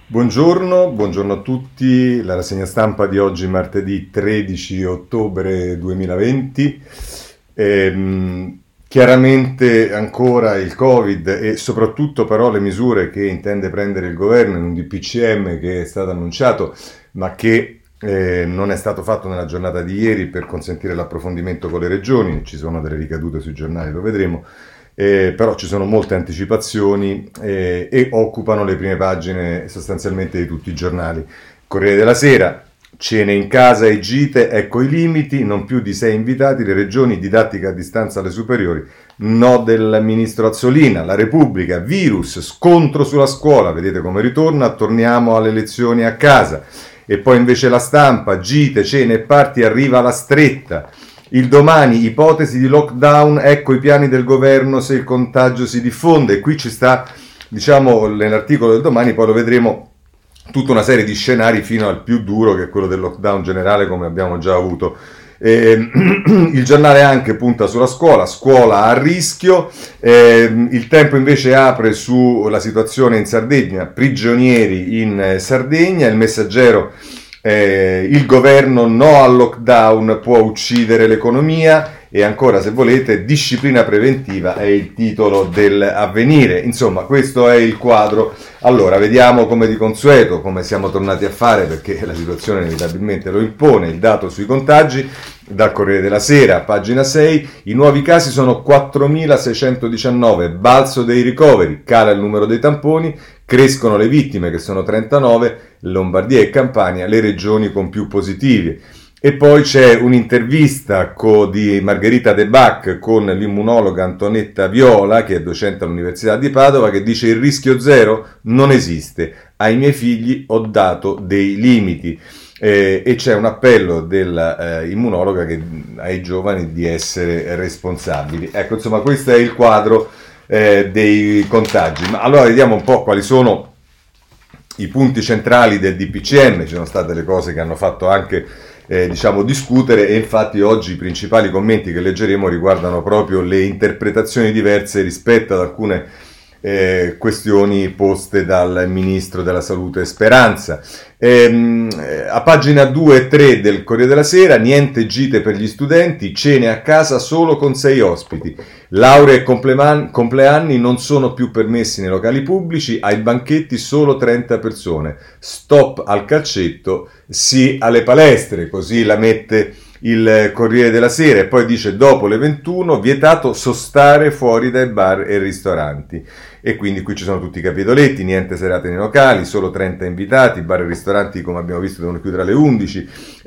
Buongiorno a tutti. La rassegna stampa di oggi, martedì 13 ottobre 2020. Chiaramente ancora il Covid e soprattutto però le misure che intende prendere il governo in un DPCM che è stato annunciato, ma che non è stato fatto nella giornata di ieri per consentire l'approfondimento con le regioni. Ci sono delle ricadute sui giornali, lo vedremo. Però ci sono molte anticipazioni e occupano le prime pagine sostanzialmente di tutti i giornali. Corriere della Sera, cene in casa e gite, ecco i limiti, non più di 6 invitati, le regioni, didattica a distanza alle superiori, no del ministro Azzolina, La Repubblica, virus, scontro sulla scuola, vedete come ritorna, torniamo alle lezioni a casa. E poi invece La Stampa, gite, cene e party, arriva la stretta. Il Domani, ipotesi di lockdown, ecco i piani del governo se il contagio si diffonde. E qui ci sta, diciamo, nell'articolo del Domani, poi lo vedremo, tutta una serie di scenari fino al più duro, che è quello del lockdown generale, come abbiamo già avuto. Il giornale anche punta sulla scuola a rischio. Il Tempo invece apre sulla situazione in Sardegna, prigionieri in Sardegna. Il Messaggero, il governo no al lockdown, può uccidere l'economia. E ancora, se volete, disciplina preventiva è il titolo dell'Avvenire. Insomma, questo è il quadro. Allora, vediamo come di consueto, come siamo tornati a fare, perché la situazione inevitabilmente lo impone, il dato sui contagi. Dal Corriere della Sera, pagina 6, i nuovi casi sono 4.619, balzo dei ricoveri, cala il numero dei tamponi, crescono le vittime che sono 39, Lombardia e Campania le regioni con più positivi. E poi c'è un'intervista di Margherita De Bac con l'immunologa Antonetta Viola, che è docente all'Università di Padova, che dice: il rischio zero non esiste, ai miei figli ho dato dei limiti. E c'è un appello dell'immunologa ai giovani di essere responsabili. Ecco, insomma, questo è il quadro dei contagi. Ma allora vediamo un po' quali sono i punti centrali del DPCM. Ci sono state le cose che hanno fatto anche discutere, e infatti oggi i principali commenti che leggeremo riguardano proprio le interpretazioni diverse rispetto ad alcune questioni poste dal ministro della Salute Speranza. A pagina 2 e 3 del Corriere della Sera, niente gite per gli studenti, cene a casa solo con 6 ospiti, lauree e compleanni non sono più permessi nei locali pubblici, ai banchetti solo 30 persone, stop al calcetto, sì alle palestre, così la mette il Corriere della Sera. E poi dice: dopo le 21 vietato sostare fuori dai bar e ristoranti. E quindi qui ci sono tutti i capitoletti: niente serate nei locali, solo 30 invitati, bar e ristoranti come abbiamo visto devono chiudere alle 11,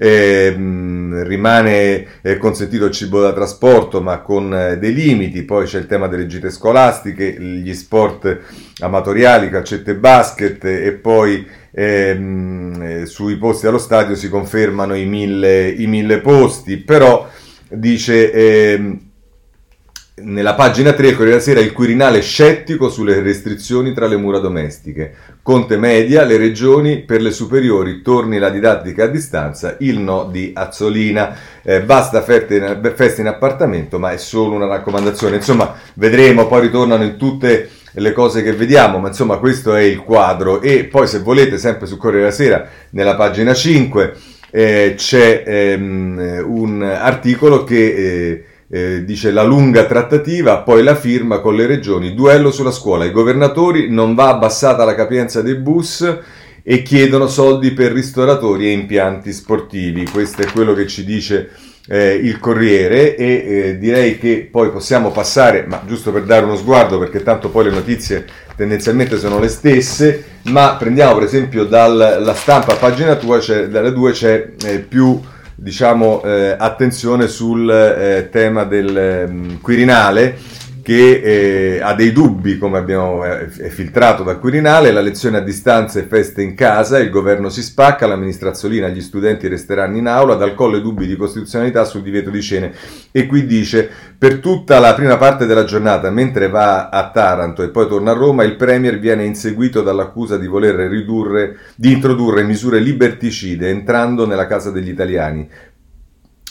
rimane consentito il cibo da trasporto ma con dei limiti. Poi c'è il tema delle gite scolastiche, gli sport amatoriali, calcetto e basket, e poi sui posti allo stadio si confermano i 1000 posti. Però dice nella pagina 3 Corriere della Sera, il Quirinale scettico sulle restrizioni tra le mura domestiche, Conte media, le regioni per le superiori torni la didattica a distanza, il no di Azzolina, basta feste in appartamento, ma è solo una raccomandazione. Insomma, vedremo, poi ritornano in tutte le cose che vediamo, ma insomma questo è il quadro. E poi, se volete, sempre su Corriere della Sera, nella pagina 5 c'è un articolo che dice: la lunga trattativa, poi la firma con le regioni, duello sulla scuola, i governatori, non va abbassata la capienza dei bus e chiedono soldi per ristoratori e impianti sportivi. Questo è quello che ci dice il Corriere. E direi che poi possiamo passare, ma giusto per dare uno sguardo, perché tanto poi le notizie tendenzialmente sono le stesse, ma prendiamo per esempio dalla Stampa, pagina 2, dalle 2 c'è più attenzione sul tema del Quirinale, che ha dei dubbi, come abbiamo filtrato dal Quirinale. La lezione a distanza e feste in casa, il governo si spacca, la ministra Azzolina, gli studenti resteranno in aula, dal Colle dubbi di costituzionalità sul divieto di cene. E qui dice: per tutta la prima parte della giornata, mentre va a Taranto e poi torna a Roma, il premier viene inseguito dall'accusa di voler introdurre misure liberticide entrando nella casa degli italiani.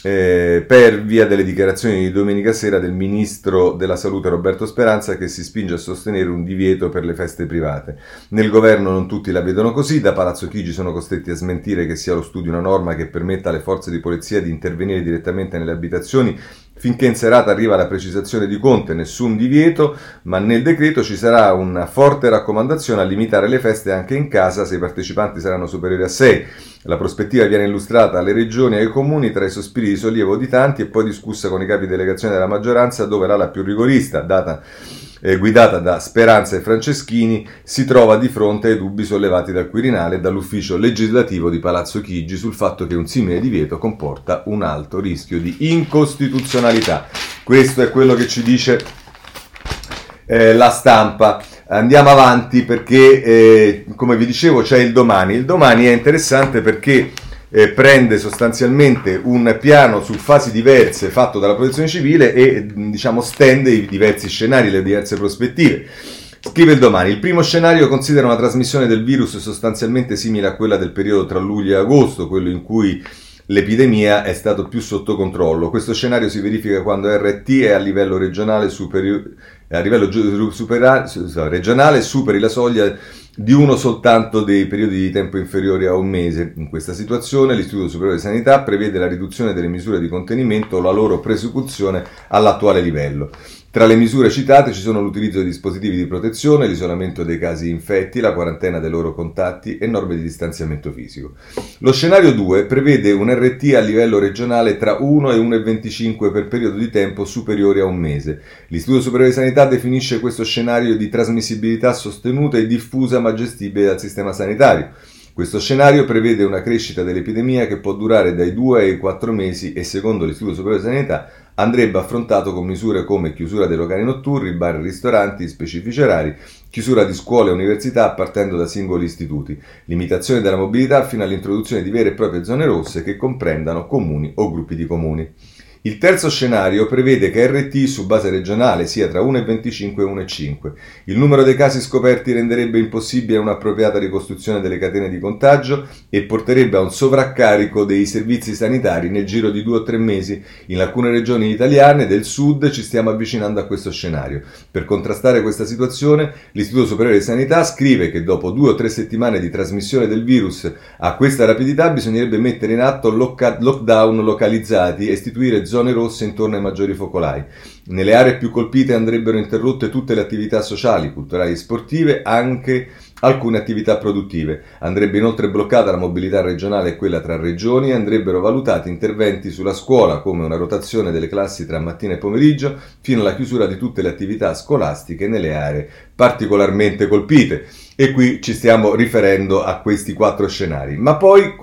per via delle dichiarazioni di domenica sera del ministro della salute Roberto Speranza, che si spinge a sostenere un divieto per le feste private. Nel governo non tutti la vedono così, da Palazzo Chigi sono costretti a smentire che sia allo studio una norma che permetta alle forze di polizia di intervenire direttamente nelle abitazioni. Finché in serata arriva la precisazione di Conte, nessun divieto, ma nel decreto ci sarà una forte raccomandazione a limitare le feste anche in casa se i partecipanti saranno superiori a 6. La prospettiva viene illustrata alle regioni e ai comuni tra i sospiri di sollievo di tanti e poi discussa con i capi delegazione della maggioranza, dove l'ala più rigorista, guidata da Speranza e Franceschini, si trova di fronte ai dubbi sollevati dal Quirinale e dall'ufficio legislativo di Palazzo Chigi sul fatto che un simile divieto comporta un alto rischio di incostituzionalità. Questo è quello che ci dice la Stampa. Andiamo avanti perché, come vi dicevo, c'è il Domani. Il Domani è interessante perché prende sostanzialmente un piano su fasi diverse fatto dalla Protezione Civile e stende i diversi scenari, le diverse prospettive. Scrive il Domani: il primo scenario considera una trasmissione del virus sostanzialmente simile a quella del periodo tra luglio e agosto, quello in cui l'epidemia è stato più sotto controllo. Questo scenario si verifica quando RT è a livello regionale regionale superi la soglia di uno soltanto dei periodi di tempo inferiori a un mese. In questa situazione l'Istituto Superiore di Sanità prevede la riduzione delle misure di contenimento o la loro prosecuzione all'attuale livello. Tra le misure citate ci sono l'utilizzo di dispositivi di protezione, l'isolamento dei casi infetti, la quarantena dei loro contatti e norme di distanziamento fisico. Lo scenario 2 prevede un RT a livello regionale tra 1 e 1,25 per periodo di tempo superiore a un mese. L'Istituto Superiore di Sanità definisce questo scenario di trasmissibilità sostenuta e diffusa ma gestibile dal sistema sanitario. Questo scenario prevede una crescita dell'epidemia che può durare dai 2 ai 4 mesi e, secondo l'Istituto Superiore di Sanità, andrebbe affrontato con misure come chiusura dei locali notturni, bar e ristoranti, specifici orari, chiusura di scuole e università partendo da singoli istituti, limitazione della mobilità fino all'introduzione di vere e proprie zone rosse che comprendano comuni o gruppi di comuni. Il terzo scenario prevede che RT su base regionale sia tra 1,25 e 1,5. Il numero dei casi scoperti renderebbe impossibile un'appropriata ricostruzione delle catene di contagio e porterebbe a un sovraccarico dei servizi sanitari nel giro di 2 o 3 mesi. In alcune regioni italiane del sud ci stiamo avvicinando a questo scenario. Per contrastare questa situazione, l'Istituto Superiore di Sanità scrive che dopo 2 o 3 settimane di trasmissione del virus a questa rapidità bisognerebbe mettere in atto lockdown localizzati e istituire zone rosse intorno ai maggiori focolai. Nelle aree più colpite andrebbero interrotte tutte le attività sociali, culturali e sportive, anche alcune attività produttive. Andrebbe inoltre bloccata la mobilità regionale e quella tra regioni e andrebbero valutati interventi sulla scuola, come una rotazione delle classi tra mattina e pomeriggio, fino alla chiusura di tutte le attività scolastiche nelle aree particolarmente colpite. E qui ci stiamo riferendo a questi 4 scenari. Ma poi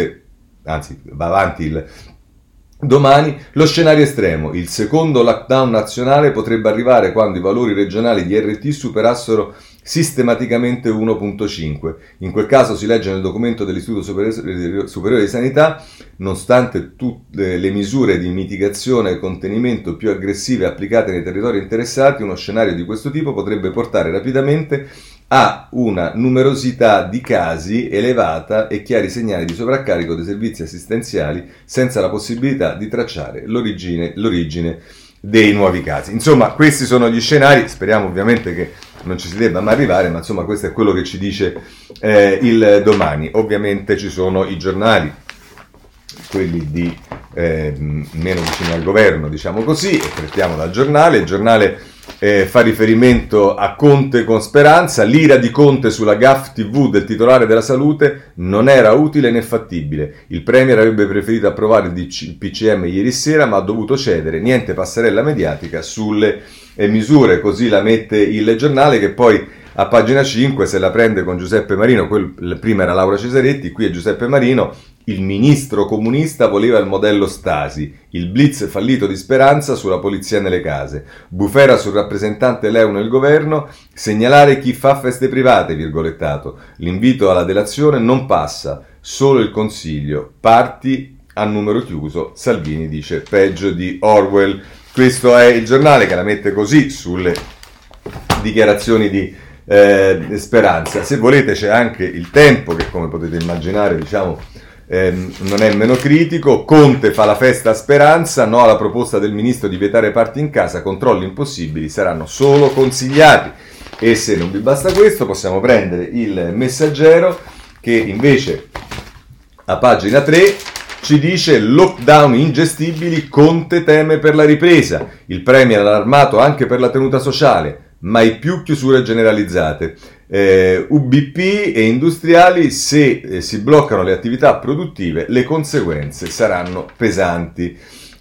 va avanti il Domani, lo scenario estremo. Il secondo lockdown nazionale potrebbe arrivare quando i valori regionali di RT superassero sistematicamente 1,5. In quel caso, si legge nel documento dell'Istituto Superiore di Sanità, nonostante tutte le misure di mitigazione e contenimento più aggressive applicate nei territori interessati, uno scenario di questo tipo potrebbe portare rapidamente ha una numerosità di casi elevata e chiari segnali di sovraccarico dei servizi assistenziali senza la possibilità di tracciare l'origine dei nuovi casi. Insomma, questi sono gli scenari, speriamo ovviamente che non ci si debba mai arrivare, ma insomma questo è quello che ci dice il Domani. Ovviamente ci sono i giornali, quelli di meno vicino al governo, diciamo così, e partiamo dal giornale. Il giornale fa riferimento a Conte con Speranza. L'ira di Conte sulla gaffe TV del titolare della salute non era utile né fattibile. Il Premier avrebbe preferito approvare il PCM ieri sera, ma ha dovuto cedere. Niente passerella mediatica sulle misure, così la mette il giornale, che poi a pagina 5 se la prende con Giuseppe Marino. Prima era Laura Cesaretti, qui è Giuseppe Marino. Il ministro comunista voleva il modello Stasi, il blitz fallito di Speranza sulla polizia nelle case, bufera sul rappresentante Leu nel governo, segnalare chi fa feste private, virgolettato, l'invito alla delazione non passa, solo il consiglio, parti a numero chiuso, Salvini dice peggio di Orwell. Questo è il giornale che la mette così sulle dichiarazioni di Speranza. Se volete c'è anche Il Tempo, che come potete immaginare, diciamo, non è meno critico. Conte fa la festa a Speranza, no alla proposta del ministro di vietare party in casa, controlli impossibili, saranno solo consigliati. E se non vi basta questo, possiamo prendere il Messaggero, che invece a pagina 3 ci dice: lockdown ingestibili, Conte teme per la ripresa, il premier allarmato anche per la tenuta sociale, mai più chiusure generalizzate. UBP e industriali, se si bloccano le attività produttive le conseguenze saranno pesanti.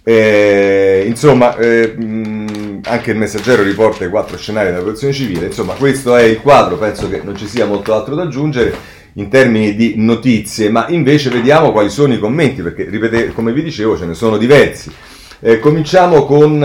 Anche il Messaggero riporta i 4 scenari della protezione civile. Insomma, questo è il quadro, penso che non ci sia molto altro da aggiungere in termini di notizie, ma invece vediamo quali sono i commenti, perché come vi dicevo ce ne sono diversi. Cominciamo con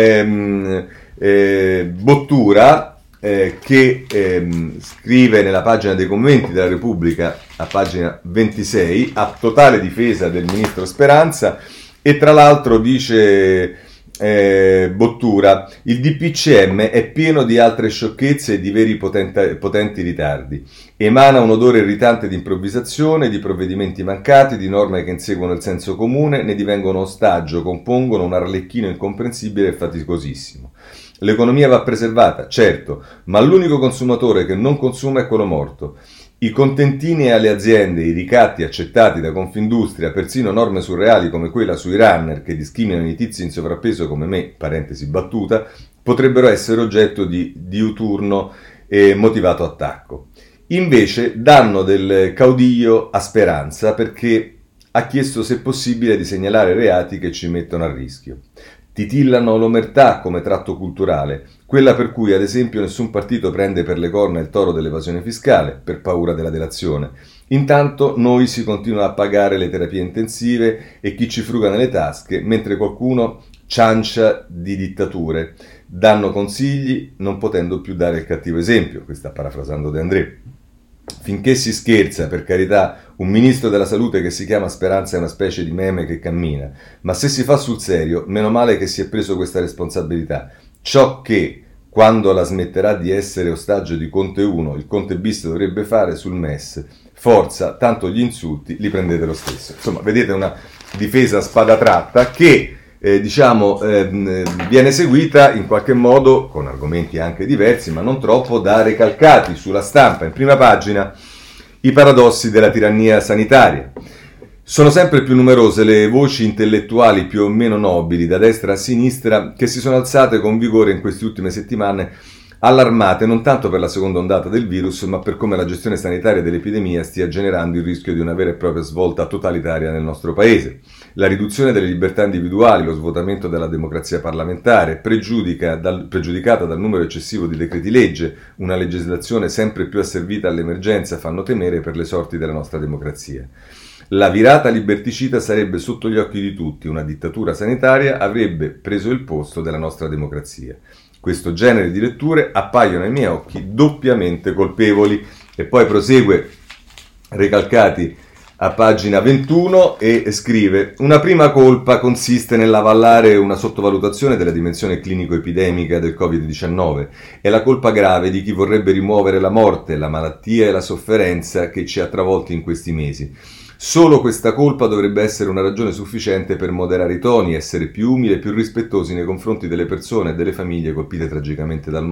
Bottura, che scrive nella pagina dei commenti della Repubblica a pagina 26 a totale difesa del ministro Speranza, e tra l'altro dice Bottura: il DPCM è pieno di altre sciocchezze e di veri potenti ritardi, emana un odore irritante di improvvisazione, di provvedimenti mancati, di norme che inseguono il senso comune, ne divengono ostaggio, compongono un arlecchino incomprensibile e faticosissimo. L'economia va preservata, certo, ma l'unico consumatore che non consuma è quello morto. I contentini alle aziende, i ricatti accettati da Confindustria, persino norme surreali come quella sui runner che discriminano i tizi in sovrappeso come me, parentesi battuta, potrebbero essere oggetto di diuturno e motivato attacco. Invece danno del caudiglio a Speranza, perché ha chiesto se possibile di segnalare reati che ci mettono a rischio. Titillano l'omertà come tratto culturale, quella per cui ad esempio nessun partito prende per le corna il toro dell'evasione fiscale per paura della delazione. Intanto noi si continua a pagare le terapie intensive e chi ci fruga nelle tasche, mentre qualcuno ciancia di dittature, danno consigli non potendo più dare il cattivo esempio. Qui sta parafrasando De André. Finché si scherza, per carità, un ministro della salute che si chiama Speranza è una specie di meme che cammina, ma se si fa sul serio, meno male che si è preso questa responsabilità. Ciò che, quando la smetterà di essere ostaggio di Conte 1, il Conte bis dovrebbe fare sul MES, forza, tanto gli insulti li prendete lo stesso. Insomma, vedete una difesa a spada tratta che viene seguita in qualche modo con argomenti anche diversi, ma non troppo da recalcati sulla stampa. In prima pagina i paradossi della tirannia sanitaria. Sono sempre più numerose le voci intellettuali più o meno nobili, da destra a sinistra, che si sono alzate con vigore in queste ultime settimane, allarmate non tanto per la seconda ondata del virus, ma per come la gestione sanitaria dell'epidemia stia generando il rischio di una vera e propria svolta totalitaria nel nostro paese. La riduzione delle libertà individuali, lo svuotamento della democrazia parlamentare, pregiudicata dal numero eccessivo di decreti legge, una legislazione sempre più asservita all'emergenza, fanno temere per le sorti della nostra democrazia. La virata liberticida sarebbe sotto gli occhi di tutti, una dittatura sanitaria avrebbe preso il posto della nostra democrazia. Questo genere di letture appaiono ai miei occhi doppiamente colpevoli. E poi prosegue, recalcati a pagina 21, e scrive: una prima colpa consiste nell'avallare una sottovalutazione della dimensione clinico-epidemica del Covid-19. È la colpa grave di chi vorrebbe rimuovere la morte, la malattia e la sofferenza che ci ha travolti in questi mesi. Solo questa colpa dovrebbe essere una ragione sufficiente per moderare i toni, essere più umili e più rispettosi nei confronti delle persone e delle famiglie colpite tragicamente dal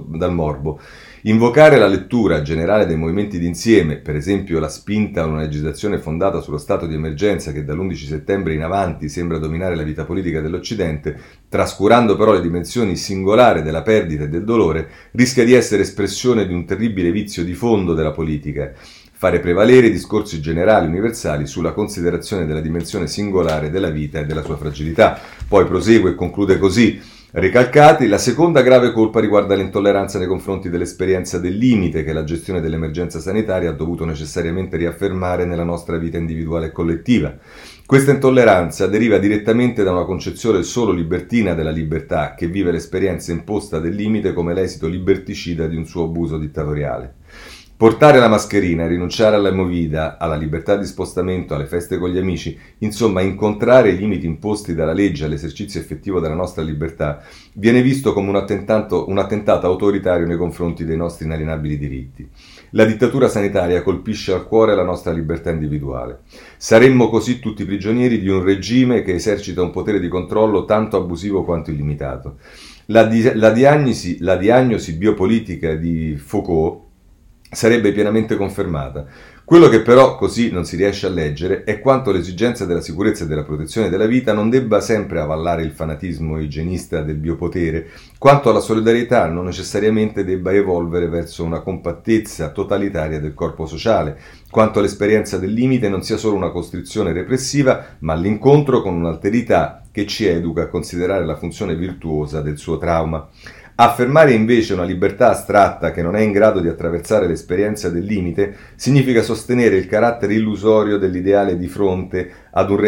morbo. Invocare la lettura generale dei movimenti d'insieme, per esempio la spinta a una legislazione fondata sullo stato di emergenza che dall'11 settembre in avanti sembra dominare la vita politica dell'Occidente, trascurando però le dimensioni singolari della perdita e del dolore, rischia di essere espressione di un terribile vizio di fondo della politica. Fare prevalere i discorsi generali universali sulla considerazione della dimensione singolare della vita e della sua fragilità. Poi prosegue e conclude così: recalcati, la seconda grave colpa riguarda l'intolleranza nei confronti dell'esperienza del limite che la gestione dell'emergenza sanitaria ha dovuto necessariamente riaffermare nella nostra vita individuale e collettiva. Questa intolleranza deriva direttamente da una concezione solo libertina della libertà, che vive l'esperienza imposta del limite come l'esito liberticida di un suo abuso dittatoriale. Portare la mascherina, rinunciare alla movida, alla libertà di spostamento, alle feste con gli amici, insomma incontrare i limiti imposti dalla legge all'esercizio effettivo della nostra libertà, viene visto come un attentato autoritario nei confronti dei nostri inalienabili diritti. La dittatura sanitaria colpisce al cuore la nostra libertà individuale. Saremmo così tutti prigionieri di un regime che esercita un potere di controllo tanto abusivo quanto illimitato. La diagnosi biopolitica di Foucault sarebbe pienamente confermata. Quello che però così non si riesce a leggere è quanto l'esigenza della sicurezza e della protezione della vita non debba sempre avallare il fanatismo igienista del biopotere, quanto la solidarietà non necessariamente debba evolvere verso una compattezza totalitaria del corpo sociale, quanto l'esperienza del limite non sia solo una costrizione repressiva, ma l'incontro con un'alterità che ci educa a considerare la funzione virtuosa del suo trauma. Affermare invece una libertà astratta che non è in grado di attraversare l'esperienza del limite significa sostenere il carattere illusorio dell'ideale di fronte a un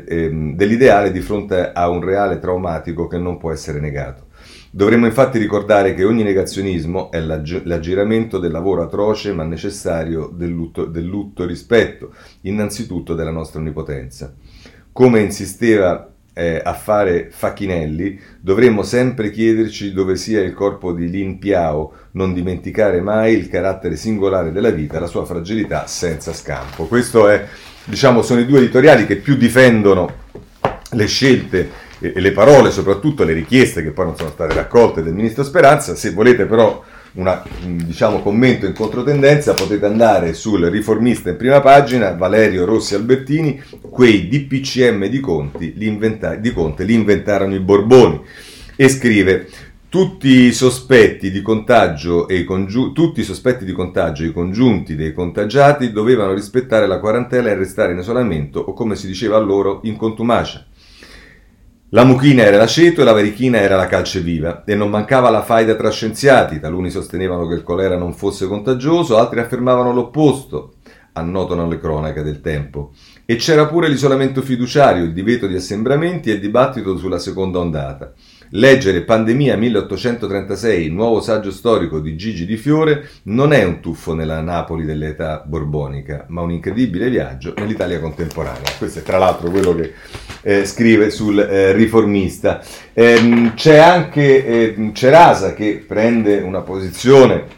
reale traumatico che non può essere negato. Dovremmo infatti ricordare che ogni negazionismo è l'aggiramento del lavoro atroce ma necessario del lutto rispetto, innanzitutto della nostra onnipotenza. Come insisteva a fare Facchinelli, dovremmo sempre chiederci dove sia il corpo di Lin Piao, non dimenticare mai il carattere singolare della vita, la sua fragilità senza scampo. Questo è, sono i due editoriali che più difendono le scelte e le parole, soprattutto le richieste che poi non sono state raccolte del ministro Speranza. Se volete però commento in controtendenza, potete andare sul Riformista in prima pagina, Valerio Rossi Albertini, quei DPCM di Conte li inventarono i Borboni, e scrive: tutti i sospetti di contagio e i congiunti dei contagiati dovevano rispettare la quarantena e restare in isolamento, o come si diceva a loro, in contumacia. La mucchina era l'aceto e la varichina era la calceviva, e non mancava la faida tra scienziati. Taluni sostenevano che il colera non fosse contagioso, altri affermavano l'opposto, annotano le cronache del tempo. E c'era pure l'isolamento fiduciario, il divieto di assembramenti e il dibattito sulla seconda ondata. Leggere Pandemia 1836, il nuovo saggio storico di Gigi Di Fiore, non è un tuffo nella Napoli dell'età borbonica, ma un incredibile viaggio nell'Italia contemporanea. Questo è tra l'altro quello che scrive sul Riformista. C'è anche Cerasa che prende una posizione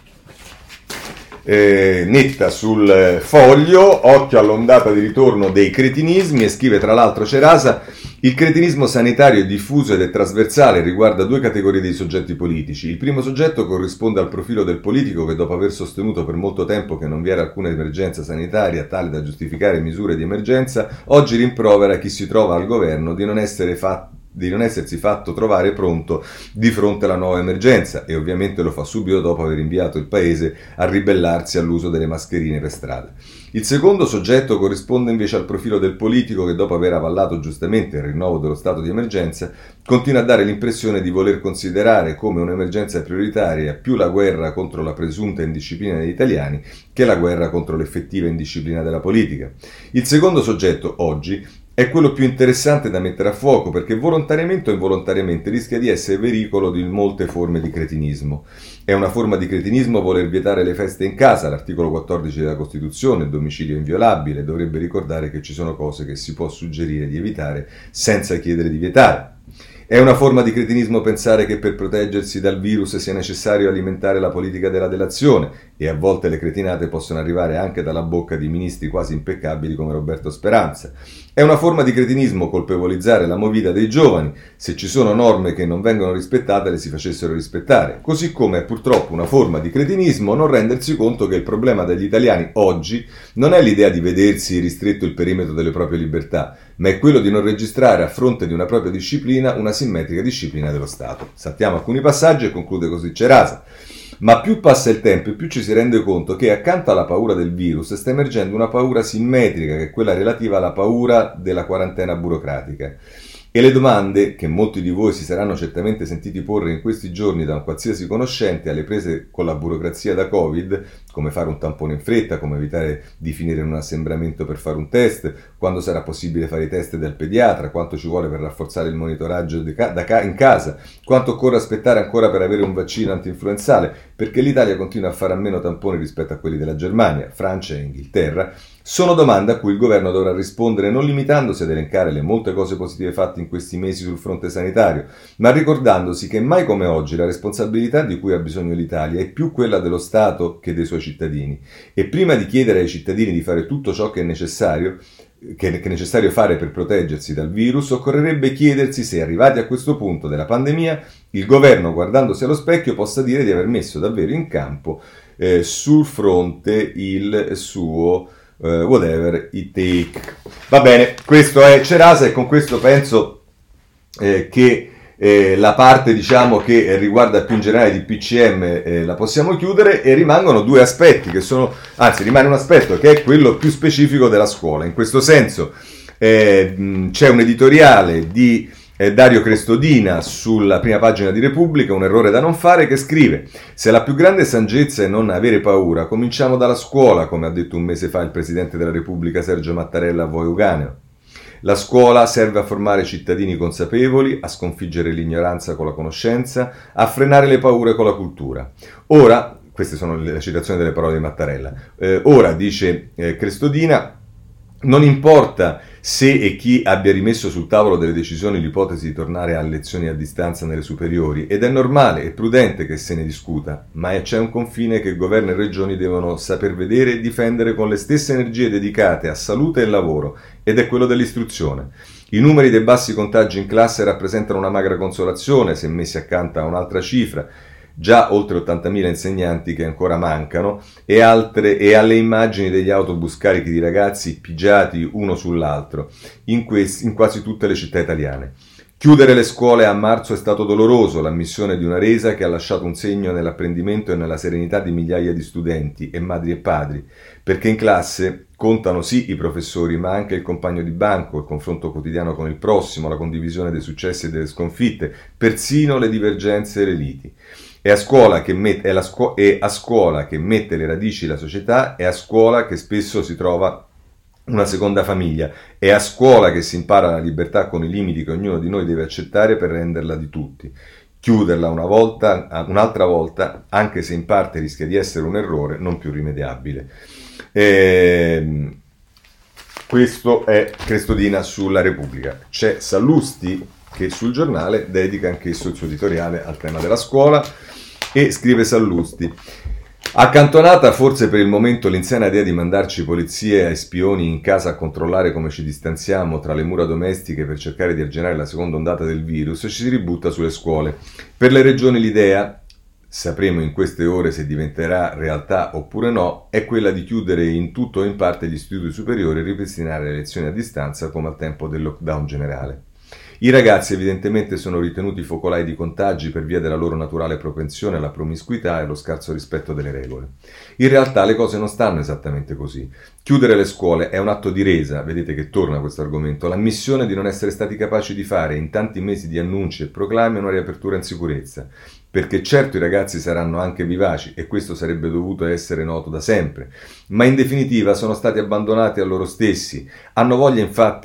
netta sul Foglio, occhio all'ondata di ritorno dei cretinismi, e scrive tra l'altro Cerasa: il cretinismo sanitario è diffuso ed è trasversale, riguarda due categorie di soggetti politici. Il primo soggetto corrisponde al profilo del politico che, dopo aver sostenuto per molto tempo che non vi era alcuna emergenza sanitaria tale da giustificare misure di emergenza, oggi rimprovera chi si trova al governo di non essersi fatto trovare pronto di fronte alla nuova emergenza, e ovviamente lo fa subito dopo aver inviato il paese a ribellarsi all'uso delle mascherine per strada. Il secondo soggetto corrisponde invece al profilo del politico che, dopo aver avallato giustamente il rinnovo dello stato di emergenza, continua a dare l'impressione di voler considerare come un'emergenza prioritaria più la guerra contro la presunta indisciplina degli italiani che la guerra contro l'effettiva indisciplina della politica. Il secondo soggetto, oggi, è quello più interessante da mettere a fuoco, perché volontariamente o involontariamente rischia di essere veicolo di molte forme di cretinismo. È una forma di cretinismo voler vietare le feste in casa, l'articolo 14 della Costituzione, il domicilio inviolabile, dovrebbe ricordare che ci sono cose che si può suggerire di evitare senza chiedere di vietare. È una forma di cretinismo pensare che per proteggersi dal virus sia necessario alimentare la politica della delazione, e a volte le cretinate possono arrivare anche dalla bocca di ministri quasi impeccabili come Roberto Speranza. È una forma di cretinismo colpevolizzare la movida dei giovani: se ci sono norme che non vengono rispettate, le si facessero rispettare. Così come è purtroppo una forma di cretinismo non rendersi conto che il problema degli italiani oggi non è l'idea di vedersi ristretto il perimetro delle proprie libertà, ma è quello di non registrare a fronte di una propria disciplina una simmetrica disciplina dello Stato. Saltiamo alcuni passaggi e conclude così Cerasa. Ma più passa il tempo e più ci si rende conto che accanto alla paura del virus sta emergendo una paura simmetrica, che è quella relativa alla paura della quarantena burocratica. E le domande che molti di voi si saranno certamente sentiti porre in questi giorni da un qualsiasi conoscente alle prese con la burocrazia da Covid, come fare un tampone in fretta, come evitare di finire in un assembramento per fare un test, quando sarà possibile fare i test dal pediatra, quanto ci vuole per rafforzare il monitoraggio in casa, quanto occorre aspettare ancora per avere un vaccino antinfluenzale, perché l'Italia continua a fare a meno tamponi rispetto a quelli della Germania, Francia e Inghilterra, Sono domande a cui il governo dovrà rispondere non limitandosi ad elencare le molte cose positive fatte in questi mesi sul fronte sanitario, ma ricordandosi che mai come oggi la responsabilità di cui ha bisogno l'Italia è più quella dello Stato che dei suoi cittadini. E prima di chiedere ai cittadini di fare tutto ciò che è necessario fare per proteggersi dal virus, occorrerebbe chiedersi se, arrivati a questo punto della pandemia, il governo, guardandosi allo specchio, possa dire di aver messo davvero in campo sul fronte il suo whatever it take. Va bene, questo è Cerasa e con questo penso che la parte diciamo che riguarda più in generale di PCM la possiamo chiudere, e rimangono due aspetti che sono, anzi rimane un aspetto che è quello più specifico della scuola. In questo senso c'è un editoriale di Dario Crestodina sulla prima pagina di Repubblica, un errore da non fare, che scrive: se la più grande saggezza è non avere paura, cominciamo dalla scuola, come ha detto un mese fa il Presidente della Repubblica Sergio Mattarella a Voi Euganeo. La scuola serve a formare cittadini consapevoli, a sconfiggere l'ignoranza con la conoscenza, a frenare le paure con la cultura. Ora, queste sono le citazioni delle parole di Mattarella, ora, dice Crestodina, non importa se e chi abbia rimesso sul tavolo delle decisioni l'ipotesi di tornare a lezioni a distanza nelle superiori, ed è normale e prudente che se ne discuta, ma c'è un confine che governo e regioni devono saper vedere e difendere con le stesse energie dedicate a salute e lavoro, ed è quello dell'istruzione. I numeri dei bassi contagi in classe rappresentano una magra consolazione se messi accanto a un'altra cifra, già oltre 80.000 insegnanti che ancora mancano, e alle immagini degli autobus carichi di ragazzi pigiati uno sull'altro in quasi tutte le città italiane. Chiudere le scuole a marzo è stato doloroso, l'ammissione di una resa che ha lasciato un segno nell'apprendimento e nella serenità di migliaia di studenti e madri e padri, perché in classe contano sì i professori, ma anche il compagno di banco, il confronto quotidiano con il prossimo, la condivisione dei successi e delle sconfitte, persino le divergenze e le liti. È a scuola che mette le radici la società, è a scuola che spesso si trova una seconda famiglia, è a scuola che si impara la libertà con i limiti che ognuno di noi deve accettare per renderla di tutti. Chiuderla un'altra volta, anche se in parte rischia di essere un errore non più rimediabile. Questo è Crestodina sulla Repubblica. C'è Sallusti che sul Giornale dedica anch'esso il suo editoriale al tema della scuola, e scrive Sallusti: accantonata forse per il momento l'insana idea di mandarci polizie e spioni in casa a controllare come ci distanziamo tra le mura domestiche per cercare di arginare la seconda ondata del virus, ci si ributta sulle scuole. Per le regioni l'idea, sapremo in queste ore se diventerà realtà oppure no, è quella di chiudere in tutto o in parte gli istituti superiori e ripristinare le lezioni a distanza come al tempo del lockdown generale. I ragazzi evidentemente sono ritenuti focolai di contagi per via della loro naturale propensione alla promiscuità e allo scarso rispetto delle regole. In realtà le cose non stanno esattamente così. Chiudere le scuole è un atto di resa, vedete che torna questo argomento, l'ammissione di non essere stati capaci di fare in tanti mesi di annunci e proclami una riapertura in sicurezza. Perché certo i ragazzi saranno anche vivaci, e questo sarebbe dovuto essere noto da sempre, ma in definitiva sono stati abbandonati a loro stessi. Hai voglia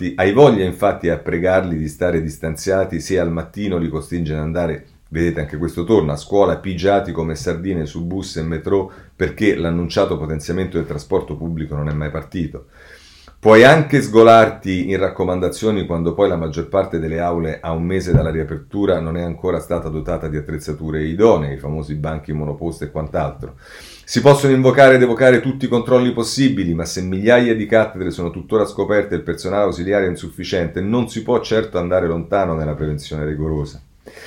infatti a pregarli di stare distanziati se al mattino li costringe ad andare, vedete anche questo torna, a scuola pigiati come sardine su bus e metro perché l'annunciato potenziamento del trasporto pubblico non è mai partito. Puoi anche sgolarti in raccomandazioni quando poi la maggior parte delle aule a un mese dalla riapertura non è ancora stata dotata di attrezzature idonee, i famosi banchi monoposto e quant'altro. Si possono invocare ed evocare tutti i controlli possibili, ma se migliaia di cattedre sono tuttora scoperte e il personale ausiliare è insufficiente, non si può certo andare lontano nella prevenzione rigorosa.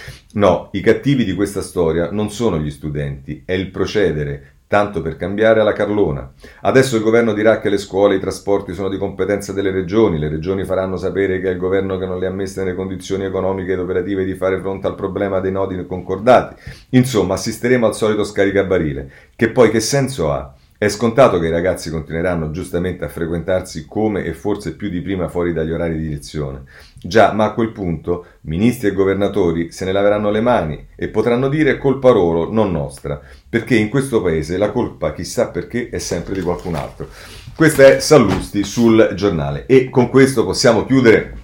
No, i cattivi di questa storia non sono gli studenti, è il procedere, tanto per cambiare alla Carlona. Adesso il governo dirà che le scuole e i trasporti sono di competenza delle regioni, le regioni faranno sapere che è il governo che non le ha messe nelle condizioni economiche ed operative di fare fronte al problema dei nodi concordati. Insomma, assisteremo al solito scaricabarile, che poi che senso ha? È scontato che i ragazzi continueranno giustamente a frequentarsi come e forse più di prima fuori dagli orari di lezione. Già, ma a quel punto ministri e governatori se ne laveranno le mani e potranno dire colpa loro, non nostra, perché in questo paese la colpa, chissà perché, è sempre di qualcun altro. Questo è Sallusti sul Giornale, e con questo possiamo chiudere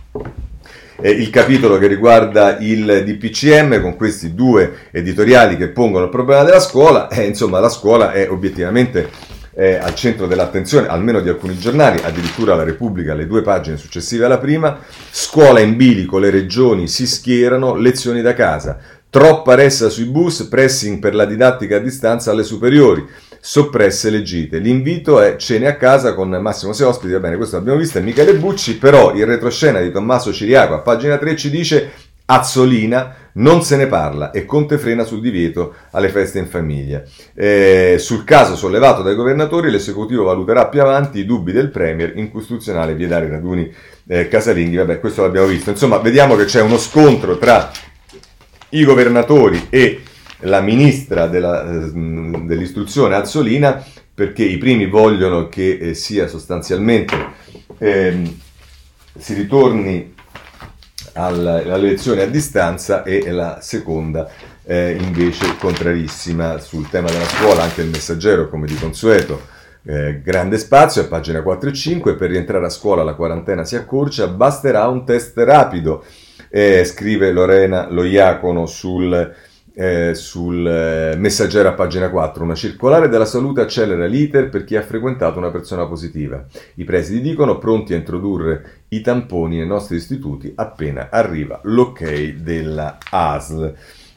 il capitolo che riguarda il DPCM con questi due editoriali che pongono il problema della scuola. Insomma, la scuola è obiettivamente al centro dell'attenzione, almeno di alcuni giornali, addirittura la Repubblica, le 2 pagine successive alla prima. Scuola in bilico, le regioni si schierano, lezioni da casa. Troppa ressa sui bus, pressing per la didattica a distanza alle superiori. Soppresse le gite. L'invito è cene a casa con massimo 6 ospiti, va bene, questo l'abbiamo visto, è Michele Bucci, però il retroscena di Tommaso Ciriaco a pagina 3 ci dice: Azzolina, non se ne parla e Conte frena sul divieto alle feste in famiglia. Sul caso sollevato dai governatori, l'esecutivo valuterà più avanti i dubbi del Premier, incostituzionale vietare i raduni casalinghi, vabbè, questo l'abbiamo visto. Insomma, vediamo che c'è uno scontro tra i governatori e la ministra dell'istruzione Azzolina, perché i primi vogliono che sia sostanzialmente si ritorni alle lezioni a distanza, e la seconda invece contrarissima sul tema della scuola. Anche il Messaggero, come di consueto, grande spazio a pagina 4 e 5: per rientrare a scuola la quarantena si accorcia, basterà un test rapido, scrive Lorena Loiacono sul Messaggero a pagina 4. Una circolare della salute accelera l'iter per chi ha frequentato una persona positiva. I presidi dicono pronti a introdurre i tamponi nei nostri istituti appena arriva l'ok della ASL.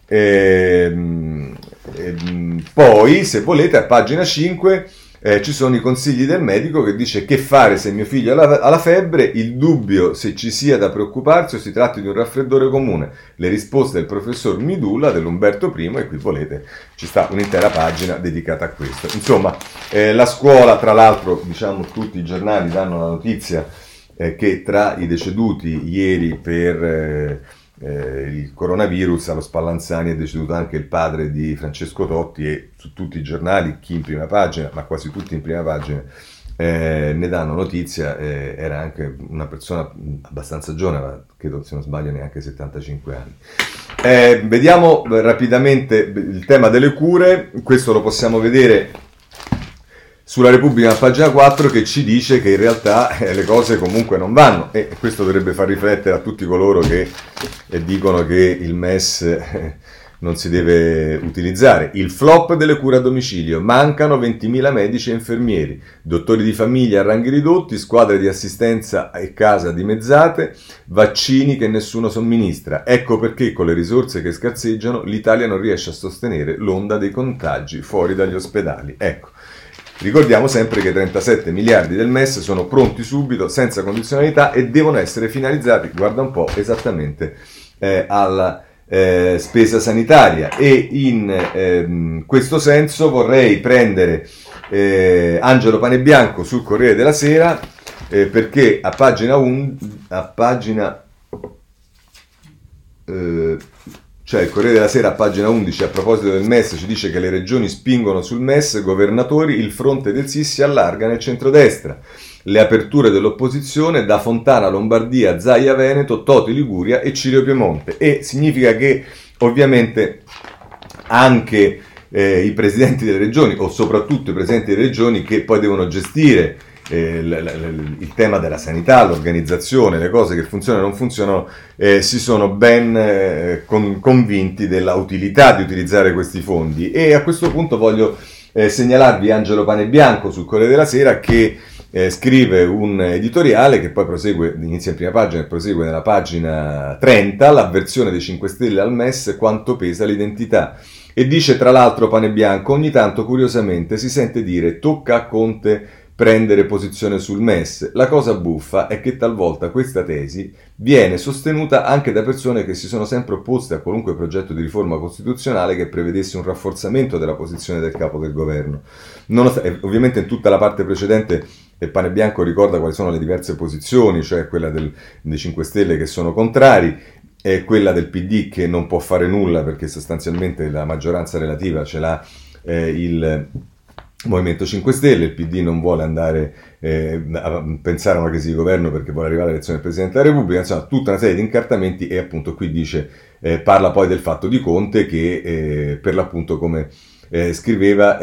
Poi, se volete, a pagina 5 ci sono i consigli del medico che dice: che fare se mio figlio ha la febbre, il dubbio se ci sia da preoccuparsi o si tratti di un raffreddore comune, le risposte del professor Midulla dell'Umberto I, e qui volete ci sta un'intera pagina dedicata a questo. Insomma, la scuola, tra l'altro, diciamo, tutti i giornali danno la notizia che tra i deceduti ieri per il coronavirus allo Spallanzani è deceduto anche il padre di Francesco Totti, e su tutti i giornali, chi in prima pagina, ma quasi tutti in prima pagina, ne danno notizia. Era anche una persona abbastanza giovane, credo, se non sbaglio, neanche 75 anni. Vediamo rapidamente il tema delle cure. Questo lo possiamo vedere sulla Repubblica a pagina 4, che ci dice che in realtà le cose comunque non vanno, e questo dovrebbe far riflettere a tutti coloro che dicono che il MES non si deve utilizzare. Il flop delle cure a domicilio: mancano 20.000 medici e infermieri, dottori di famiglia a ranghi ridotti, squadre di assistenza e casa dimezzate, vaccini che nessuno somministra. Ecco perché con le risorse che scarseggiano l'Italia non riesce a sostenere l'onda dei contagi fuori dagli ospedali. Ecco. Ricordiamo sempre che 37 miliardi del MES sono pronti subito, senza condizionalità, e devono essere finalizzati, guarda un po', esattamente alla spesa sanitaria. E in questo senso vorrei prendere Angelo Panebianco sul Corriere della Sera, perché a pagina cioè il Corriere della Sera a pagina 11, a proposito del MES, ci dice che le regioni spingono sul MES, governatori, il fronte del sì si allarga nel centrodestra. Le aperture dell'opposizione: da Fontana Lombardia, Zaia Veneto, Toti Liguria e Cirio Piemonte. E significa che ovviamente anche i presidenti delle regioni, o soprattutto i presidenti delle regioni, che poi devono gestire il tema della sanità, l'organizzazione, le cose che funzionano e non funzionano, si sono ben convinti della utilità di utilizzare questi fondi. E a questo punto voglio segnalarvi Angelo Panebianco sul Corriere della Sera, che scrive un editoriale che poi prosegue, inizia in prima pagina e prosegue nella pagina 30, l'avversione dei 5 Stelle al MES, quanto pesa l'identità. E dice, tra l'altro, Panebianco: ogni tanto curiosamente si sente dire tocca a Conte prendere posizione sul MES. La cosa buffa è che talvolta questa tesi viene sostenuta anche da persone che si sono sempre opposte a qualunque progetto di riforma costituzionale che prevedesse un rafforzamento della posizione del capo del governo. Ovviamente in tutta la parte precedente Panebianco ricorda quali sono le diverse posizioni, cioè quella dei 5 Stelle che sono contrari, e quella del PD che non può fare nulla perché sostanzialmente la maggioranza relativa ce l'ha il Movimento 5 Stelle. Il PD non vuole andare a pensare a una crisi di governo perché vuole arrivare all'elezione del Presidente della Repubblica. Insomma, tutta una serie di incartamenti, e appunto qui dice parla poi del fatto di Conte che per l'appunto, come scriveva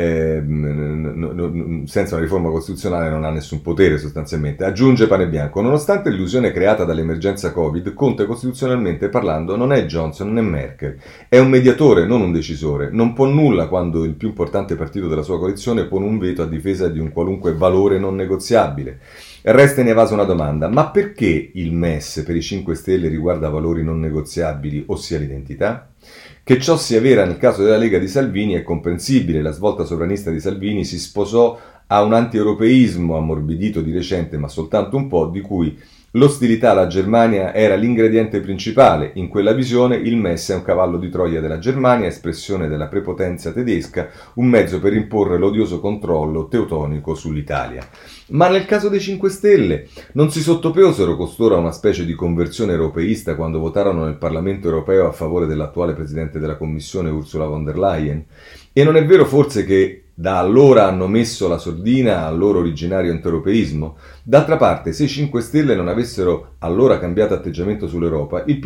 senza una riforma costituzionale non ha nessun potere sostanzialmente. Aggiunge Panebianco: nonostante l'illusione creata dall'emergenza Covid, Conte costituzionalmente parlando non è Johnson né Merkel, è un mediatore, non un decisore, non può nulla quando il più importante partito della sua coalizione pone un veto a difesa di un qualunque valore non negoziabile. Resta inevaso una domanda: ma perché il MES per i 5 Stelle riguarda valori non negoziabili, ossia l'identità? Che ciò sia vera nel caso della Lega di Salvini è comprensibile. La svolta sovranista di Salvini si sposò a un anti-europeismo ammorbidito di recente, ma soltanto un po', di cui l'ostilità alla Germania era l'ingrediente principale. In quella visione il MES è un cavallo di Troia della Germania, espressione della prepotenza tedesca, un mezzo per imporre l'odioso controllo teutonico sull'Italia. Ma nel caso dei 5 Stelle non si sottoposero costoro a una specie di conversione europeista quando votarono nel Parlamento europeo a favore dell'attuale Presidente della Commissione Ursula von der Leyen? E non è vero forse che da allora hanno messo la sordina al loro originario antieuropeismo? D'altra parte, se i 5 Stelle non avessero allora cambiato atteggiamento sull'Europa, il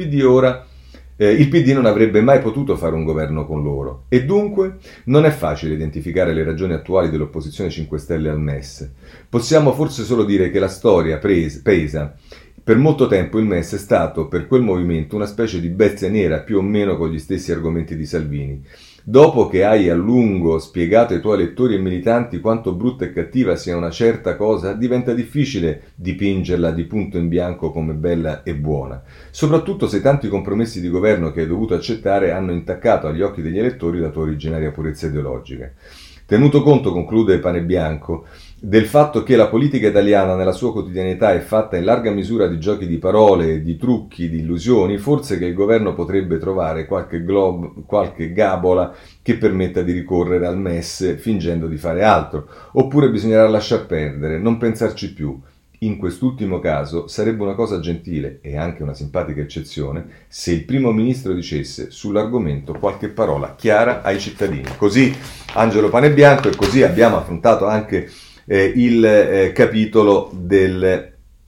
PD non avrebbe mai potuto fare un governo con loro. E dunque non è facile identificare le ragioni attuali dell'opposizione 5 Stelle al MES. Possiamo forse solo dire che la storia pesa. Per molto tempo il MES è stato per quel movimento una specie di bestia nera, più o meno con gli stessi argomenti di Salvini. Dopo che hai a lungo spiegato ai tuoi elettori e militanti quanto brutta e cattiva sia una certa cosa, diventa difficile dipingerla di punto in bianco come bella e buona, soprattutto se tanti compromessi di governo che hai dovuto accettare hanno intaccato agli occhi degli elettori la tua originaria purezza ideologica. Tenuto conto, conclude Panebianco, del fatto che la politica italiana nella sua quotidianità è fatta in larga misura di giochi di parole, di trucchi, di illusioni, forse che il governo potrebbe trovare qualche gabola che permetta di ricorrere al MES fingendo di fare altro, oppure bisognerà lasciar perdere, non pensarci più. In quest'ultimo caso sarebbe una cosa gentile e anche una simpatica eccezione se il primo ministro dicesse sull'argomento qualche parola chiara ai cittadini. Così Angelo Panebianco, e così abbiamo affrontato anche il capitolo del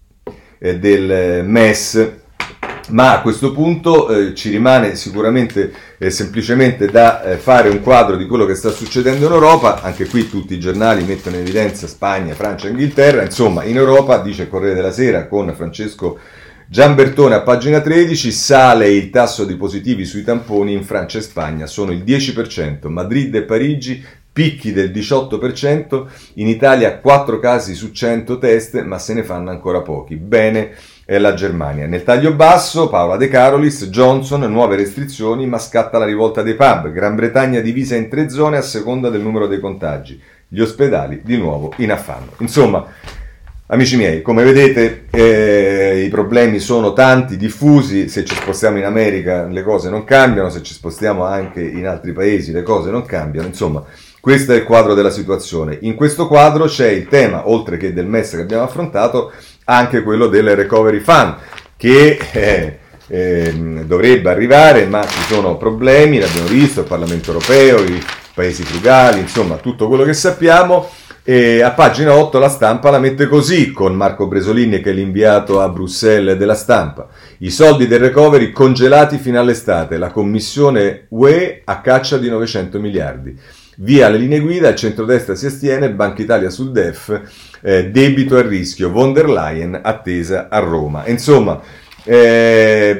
MES. Ma a questo punto ci rimane sicuramente semplicemente da fare un quadro di quello che sta succedendo in Europa. Anche qui tutti i giornali mettono in evidenza Spagna, Francia, Inghilterra. Insomma, in Europa, dice il Corriere della Sera con Francesco Gianbertone a pagina 13, sale il tasso di positivi sui tamponi in Francia e Spagna, sono il 10%, Madrid e Parigi picchi del 18%, in Italia 4 casi su 100 test, ma se ne fanno ancora pochi. Bene è la Germania. Nel taglio basso, Paola De Carolis, Johnson, nuove restrizioni, ma scatta la rivolta dei pub. Gran Bretagna divisa in 3 zone a seconda del numero dei contagi. Gli ospedali di nuovo in affanno. Insomma, amici miei, come vedete i problemi sono tanti, diffusi. Se ci spostiamo in America le cose non cambiano, se ci spostiamo anche in altri paesi le cose non cambiano. Insomma, questo è il quadro della situazione. In questo quadro c'è il tema, oltre che del MES che abbiamo affrontato, anche quello del Recovery Fund, che dovrebbe arrivare, ma ci sono problemi, l'abbiamo visto, il Parlamento europeo, i paesi frugali, insomma tutto quello che sappiamo. E a pagina 8 la Stampa la mette così, con Marco Bresolini che è l'inviato a Bruxelles della Stampa: i soldi del recovery congelati fino all'estate, la commissione UE a caccia di 900 miliardi. Via le linee guida, il centrodestra si astiene, Banca Italia sul DEF, debito a rischio, von der Leyen attesa a Roma. Insomma, è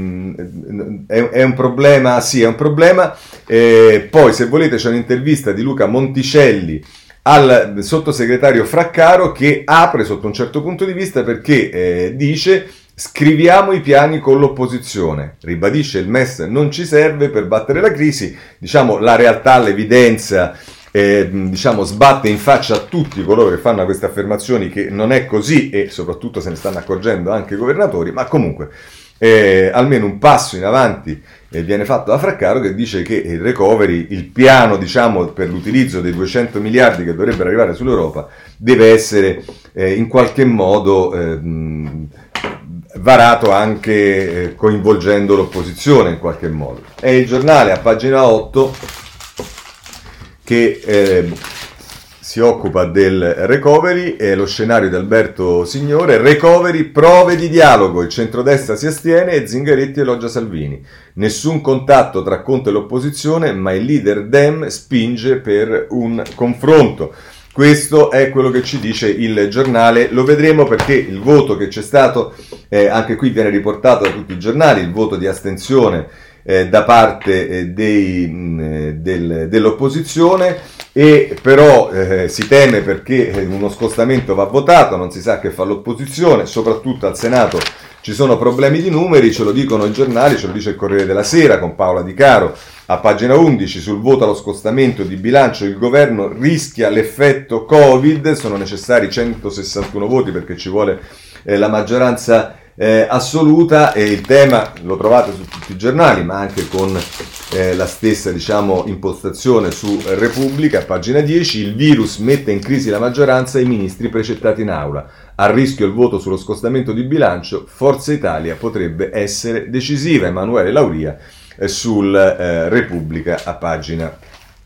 un problema, sì, è un problema. Poi, se volete, c'è un'intervista di Luca Monticelli al sottosegretario Fraccaro, che apre sotto un certo punto di vista, perché dice: scriviamo i piani con l'opposizione, ribadisce il MES non ci serve per battere la crisi. Diciamo, la realtà, l'evidenza sbatte in faccia a tutti coloro che fanno queste affermazioni che non è così, e soprattutto se ne stanno accorgendo anche i governatori. Ma comunque almeno un passo in avanti viene fatto da Fraccaro, che dice che il recovery, il piano per l'utilizzo dei 200 miliardi che dovrebbero arrivare sull'Europa, deve essere in qualche modo varato anche coinvolgendo l'opposizione in qualche modo. È il giornale a pagina 8 che si occupa del recovery e lo scenario di Alberto Signore, recovery, prove di dialogo, il centrodestra si astiene e Zingaretti elogia Salvini. Nessun contatto tra Conte e l'opposizione, ma il leader Dem spinge per un confronto. Questo è quello che ci dice il giornale, lo vedremo perché il voto che c'è stato, anche qui viene riportato da tutti i giornali, il voto di astensione da parte dell'opposizione, e però si teme perché uno scostamento va votato, non si sa che fa l'opposizione, soprattutto al Senato ci sono problemi di numeri, ce lo dicono i giornali, ce lo dice il Corriere della Sera con Paola Di Caro. A pagina 11 sul voto allo scostamento di bilancio il governo rischia l'effetto Covid, sono necessari 161 voti perché ci vuole la maggioranza assoluta, e il tema lo trovate su tutti i giornali ma anche con la stessa impostazione su Repubblica. A pagina 10 il virus mette in crisi la maggioranza e i ministri precettati in aula, a rischio il voto sullo scostamento di bilancio, Forza Italia potrebbe essere decisiva. Emanuele Lauria sul Repubblica a pagina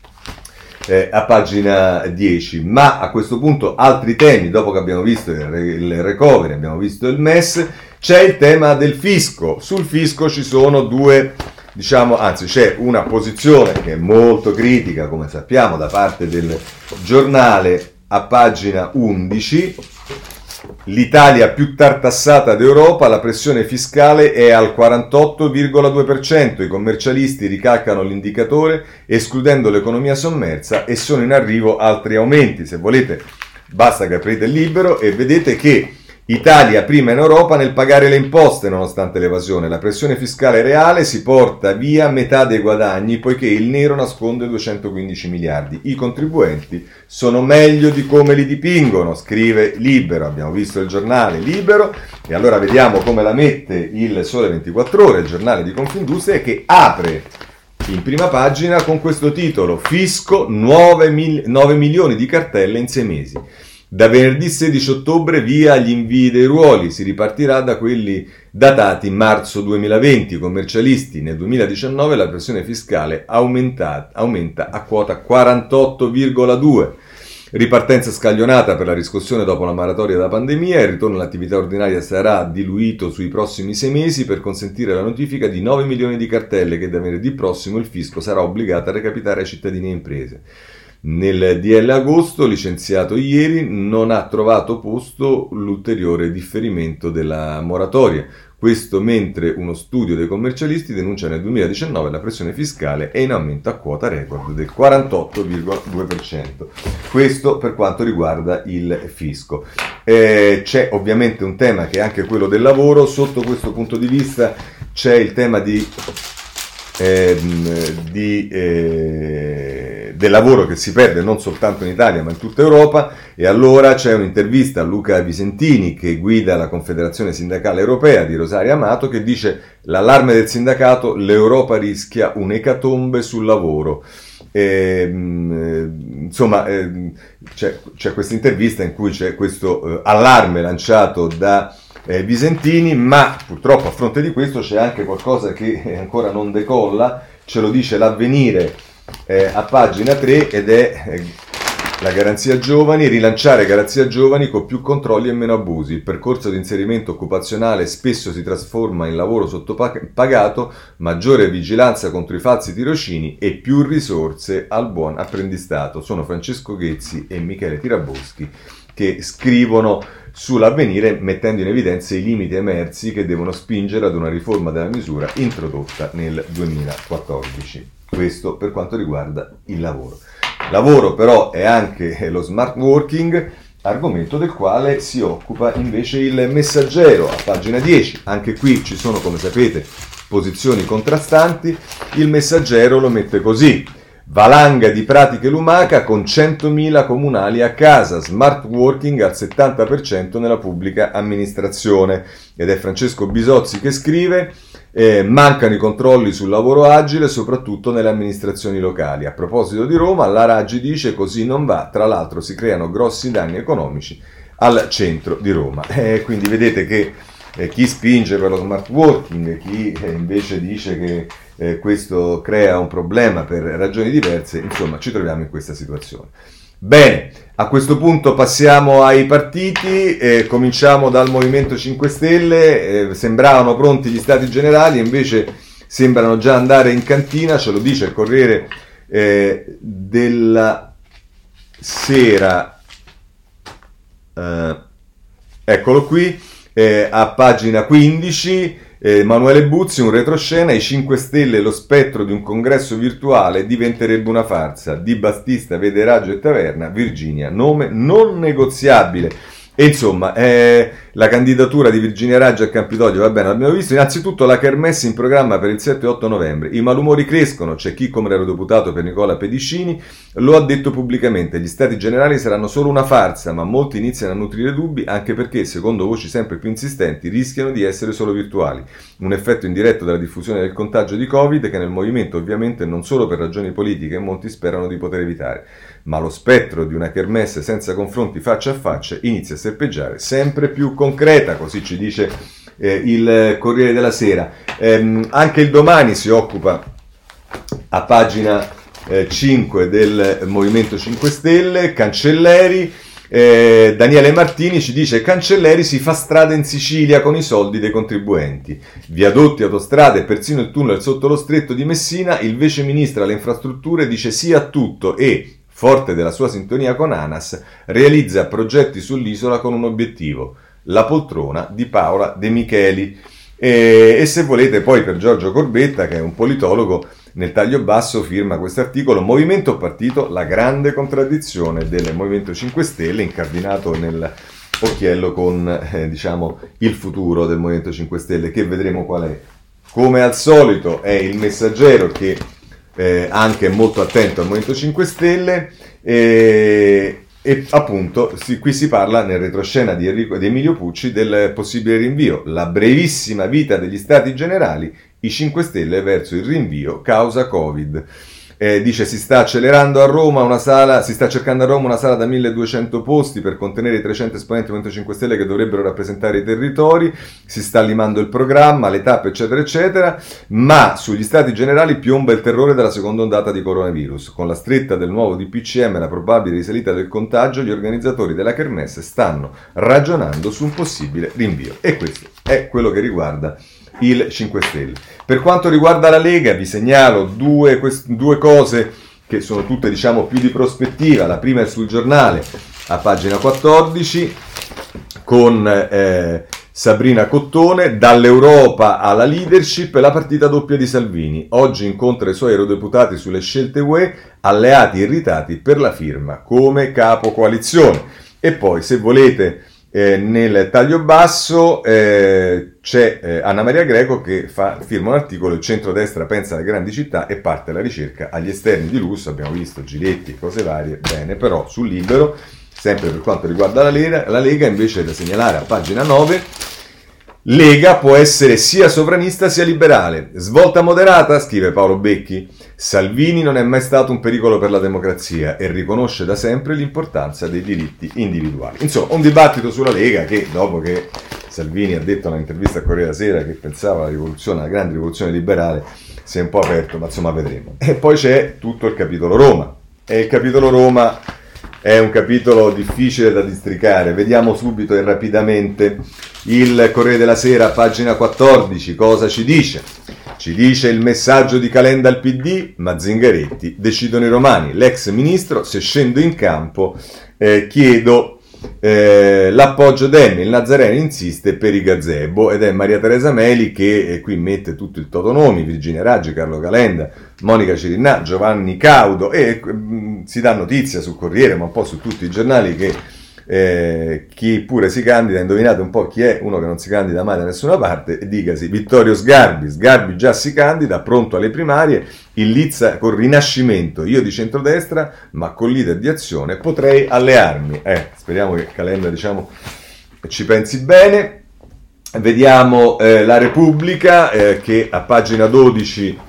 10. Ma a questo punto altri temi, dopo che abbiamo visto il recovery, abbiamo visto il MES, c'è il tema del fisco. Sul fisco ci sono due, c'è una posizione che è molto critica, come sappiamo, da parte del giornale a pagina 11. L'Italia più tartassata d'Europa, la pressione fiscale è al 48,2%, i commercialisti ricalcano l'indicatore escludendo l'economia sommersa e sono in arrivo altri aumenti. Se volete basta che aprite il Libero e vedete che Italia prima in Europa nel pagare le imposte nonostante l'evasione, la pressione fiscale reale si porta via metà dei guadagni poiché il nero nasconde 215 miliardi. I contribuenti sono meglio di come li dipingono, scrive Libero. Abbiamo visto il giornale Libero e allora vediamo come la mette il Sole 24 Ore, il giornale di Confindustria, che apre in prima pagina con questo titolo: Fisco, 9 milioni di cartelle in 6 mesi. Da venerdì 16 ottobre via gli invii dei ruoli, si ripartirà da quelli datati marzo 2020. Commercialisti nel 2019 la pressione fiscale aumenta a quota 48,2. Ripartenza scaglionata per la riscossione dopo la moratoria da pandemia, il ritorno all'attività ordinaria sarà diluito sui prossimi 6 mesi per consentire la notifica di 9 milioni di cartelle che da venerdì prossimo il fisco sarà obbligato a recapitare ai cittadini e imprese. Nel DL agosto, licenziato ieri, non ha trovato posto l'ulteriore differimento della moratoria. Questo mentre uno studio dei commercialisti denuncia nel 2019 la pressione fiscale è in aumento a quota record del 48,2%. Questo per quanto riguarda il fisco. C'è ovviamente un tema che è anche quello del lavoro. Sotto questo punto di vista c'è il tema del lavoro che si perde non soltanto in Italia ma in tutta Europa, e allora c'è un'intervista a Luca Visentini, che guida la Confederazione Sindacale Europea, di Rosaria Amato, che dice: l'allarme del sindacato, l'Europa rischia un'ecatombe sul lavoro. C'è questa intervista in cui c'è questo allarme lanciato da Visentini, ma purtroppo a fronte di questo c'è anche qualcosa che ancora non decolla, ce lo dice l'Avvenire a pagina 3, ed è la Garanzia Giovani, rilanciare Garanzia Giovani con più controlli e meno abusi. Il percorso di inserimento occupazionale spesso si trasforma in lavoro sottopagato, maggiore vigilanza contro i falsi tirocini e più risorse al buon apprendistato. Sono Francesco Ghezzi e Michele Tiraboschi che scrivono sull'Avvenire, mettendo in evidenza i limiti emersi che devono spingere ad una riforma della misura introdotta nel 2014. Questo per quanto riguarda il lavoro. Lavoro però è anche lo smart working, argomento del quale si occupa invece il Messaggero a pagina 10. Anche qui ci sono, come sapete, posizioni contrastanti. Il Messaggero lo mette così: valanga di pratiche lumaca con 100.000 comunali a casa, smart working al 70% nella pubblica amministrazione. Ed è Francesco Bisozzi che scrive: mancano i controlli sul lavoro agile, soprattutto nelle amministrazioni locali. A proposito di Roma, la Raggi dice: così non va, tra l'altro si creano grossi danni economici al centro di Roma. Quindi vedete che chi spinge per lo smart working, chi invece dice che questo crea un problema per ragioni diverse, insomma ci troviamo in questa situazione. Bene, a questo punto passiamo ai partiti, cominciamo dal Movimento 5 Stelle, sembravano pronti gli stati generali, invece sembrano già andare in cantina, ce lo dice il Corriere della Sera, eccolo qui, a pagina 15. Emanuele Buzzi, un retroscena, i 5 Stelle, lo spettro di un congresso virtuale diventerebbe una farsa, Di Battista vede Raggio e Taverna, Virginia, nome non negoziabile. E insomma, la candidatura di Virginia Raggio a Campidoglio, va bene, l'abbiamo visto. Innanzitutto la kermesse in programma per il 7 e 8 novembre. I malumori crescono, c'è chi come l'eurodeputato per Nicola Pedicini lo ha detto pubblicamente, gli stati generali saranno solo una farsa, ma molti iniziano a nutrire dubbi anche perché, secondo voci sempre più insistenti, rischiano di essere solo virtuali. Un effetto indiretto della diffusione del contagio di Covid che nel movimento ovviamente non solo per ragioni politiche molti sperano di poter evitare. Ma lo spettro di una kermesse senza confronti faccia a faccia inizia a serpeggiare sempre più concreta, così ci dice il Corriere della Sera. Anche il Domani si occupa a pagina 5 del Movimento 5 Stelle, Cancelleri. Daniele Martini ci dice: Cancelleri si fa strada in Sicilia con i soldi dei contribuenti, viadotti, autostrade e persino il tunnel sotto lo stretto di Messina. Il vice ministro alle infrastrutture dice sì a tutto e, forte della sua sintonia con ANAS, realizza progetti sull'isola con un obiettivo: la poltrona di Paola De Micheli. E se volete poi per Giorgio Corbetta, che è un politologo, nel taglio basso firma questo articolo: Movimento o partito, la grande contraddizione del Movimento 5 Stelle, incardinato nell'occhiello con diciamo il futuro del Movimento 5 Stelle, che vedremo qual è. Come al solito è il Messaggero che anche molto attento al Movimento 5 Stelle e appunto qui si parla nel retroscena di Emilio Pucci del possibile rinvio, la brevissima vita degli stati generali, i 5 Stelle verso il rinvio causa Covid. Dice si sta cercando a Roma una sala da 1200 posti per contenere i 300 esponenti del Movimento 5 Stelle che dovrebbero rappresentare i territori, si sta limando il programma, le tappe eccetera eccetera, ma sugli stati generali piomba il terrore della seconda ondata di coronavirus. Con la stretta del nuovo DPCM e la probabile risalita del contagio, gli organizzatori della kermesse stanno ragionando su un possibile rinvio, e questo è quello che riguarda il 5 Stelle. Per quanto riguarda la Lega vi segnalo due cose che sono tutte diciamo più di prospettiva. La prima è sul Giornale a pagina 14 con Sabrina Cottone, dall'Europa alla leadership la partita doppia di Salvini. Oggi incontra i suoi eurodeputati sulle scelte UE, alleati irritati per la firma come capo coalizione. E poi se volete nel taglio basso c'è Anna Maria Greco che firma un articolo: il centrodestra pensa alle grandi città e parte alla ricerca agli esterni di lusso. Abbiamo visto Giletti, cose varie, bene, però sul Libero, sempre per quanto riguarda la Lega, invece è da segnalare a pagina 9: Lega può essere sia sovranista sia liberale. Svolta moderata, scrive Paolo Becchi. Salvini non è mai stato un pericolo per la democrazia e riconosce da sempre l'importanza dei diritti individuali. Insomma, un dibattito sulla Lega che, dopo che Salvini ha detto nell'intervista a Corriere della Sera che pensava alla grande rivoluzione liberale, si è un po' aperto, ma insomma vedremo. E poi c'è tutto il capitolo Roma. E il capitolo Roma è un capitolo difficile da districare. Vediamo subito e rapidamente il Corriere della Sera, pagina 14, cosa ci dice? Ci dice il messaggio di Calenda al PD, ma Zingaretti, decidono i romani. L'ex ministro, se scendo in campo, chiedo l'appoggio Dem, il Nazareno insiste per i gazebo, ed è Maria Teresa Meli che qui mette tutto il totonomi: Virginia Raggi, Carlo Calenda, Monica Cirinnà, Giovanni Caudo, e si dà notizia sul Corriere ma un po' su tutti i giornali che chi pure si candida, indovinate un po' chi è, uno che non si candida mai da nessuna parte, dicasi Vittorio Sgarbi già si candida, pronto alle primarie, il Lizza col Rinascimento, io di centrodestra ma con leader di Azione potrei allearmi. Speriamo che Calenda diciamo ci pensi bene. Vediamo la Repubblica che a pagina 12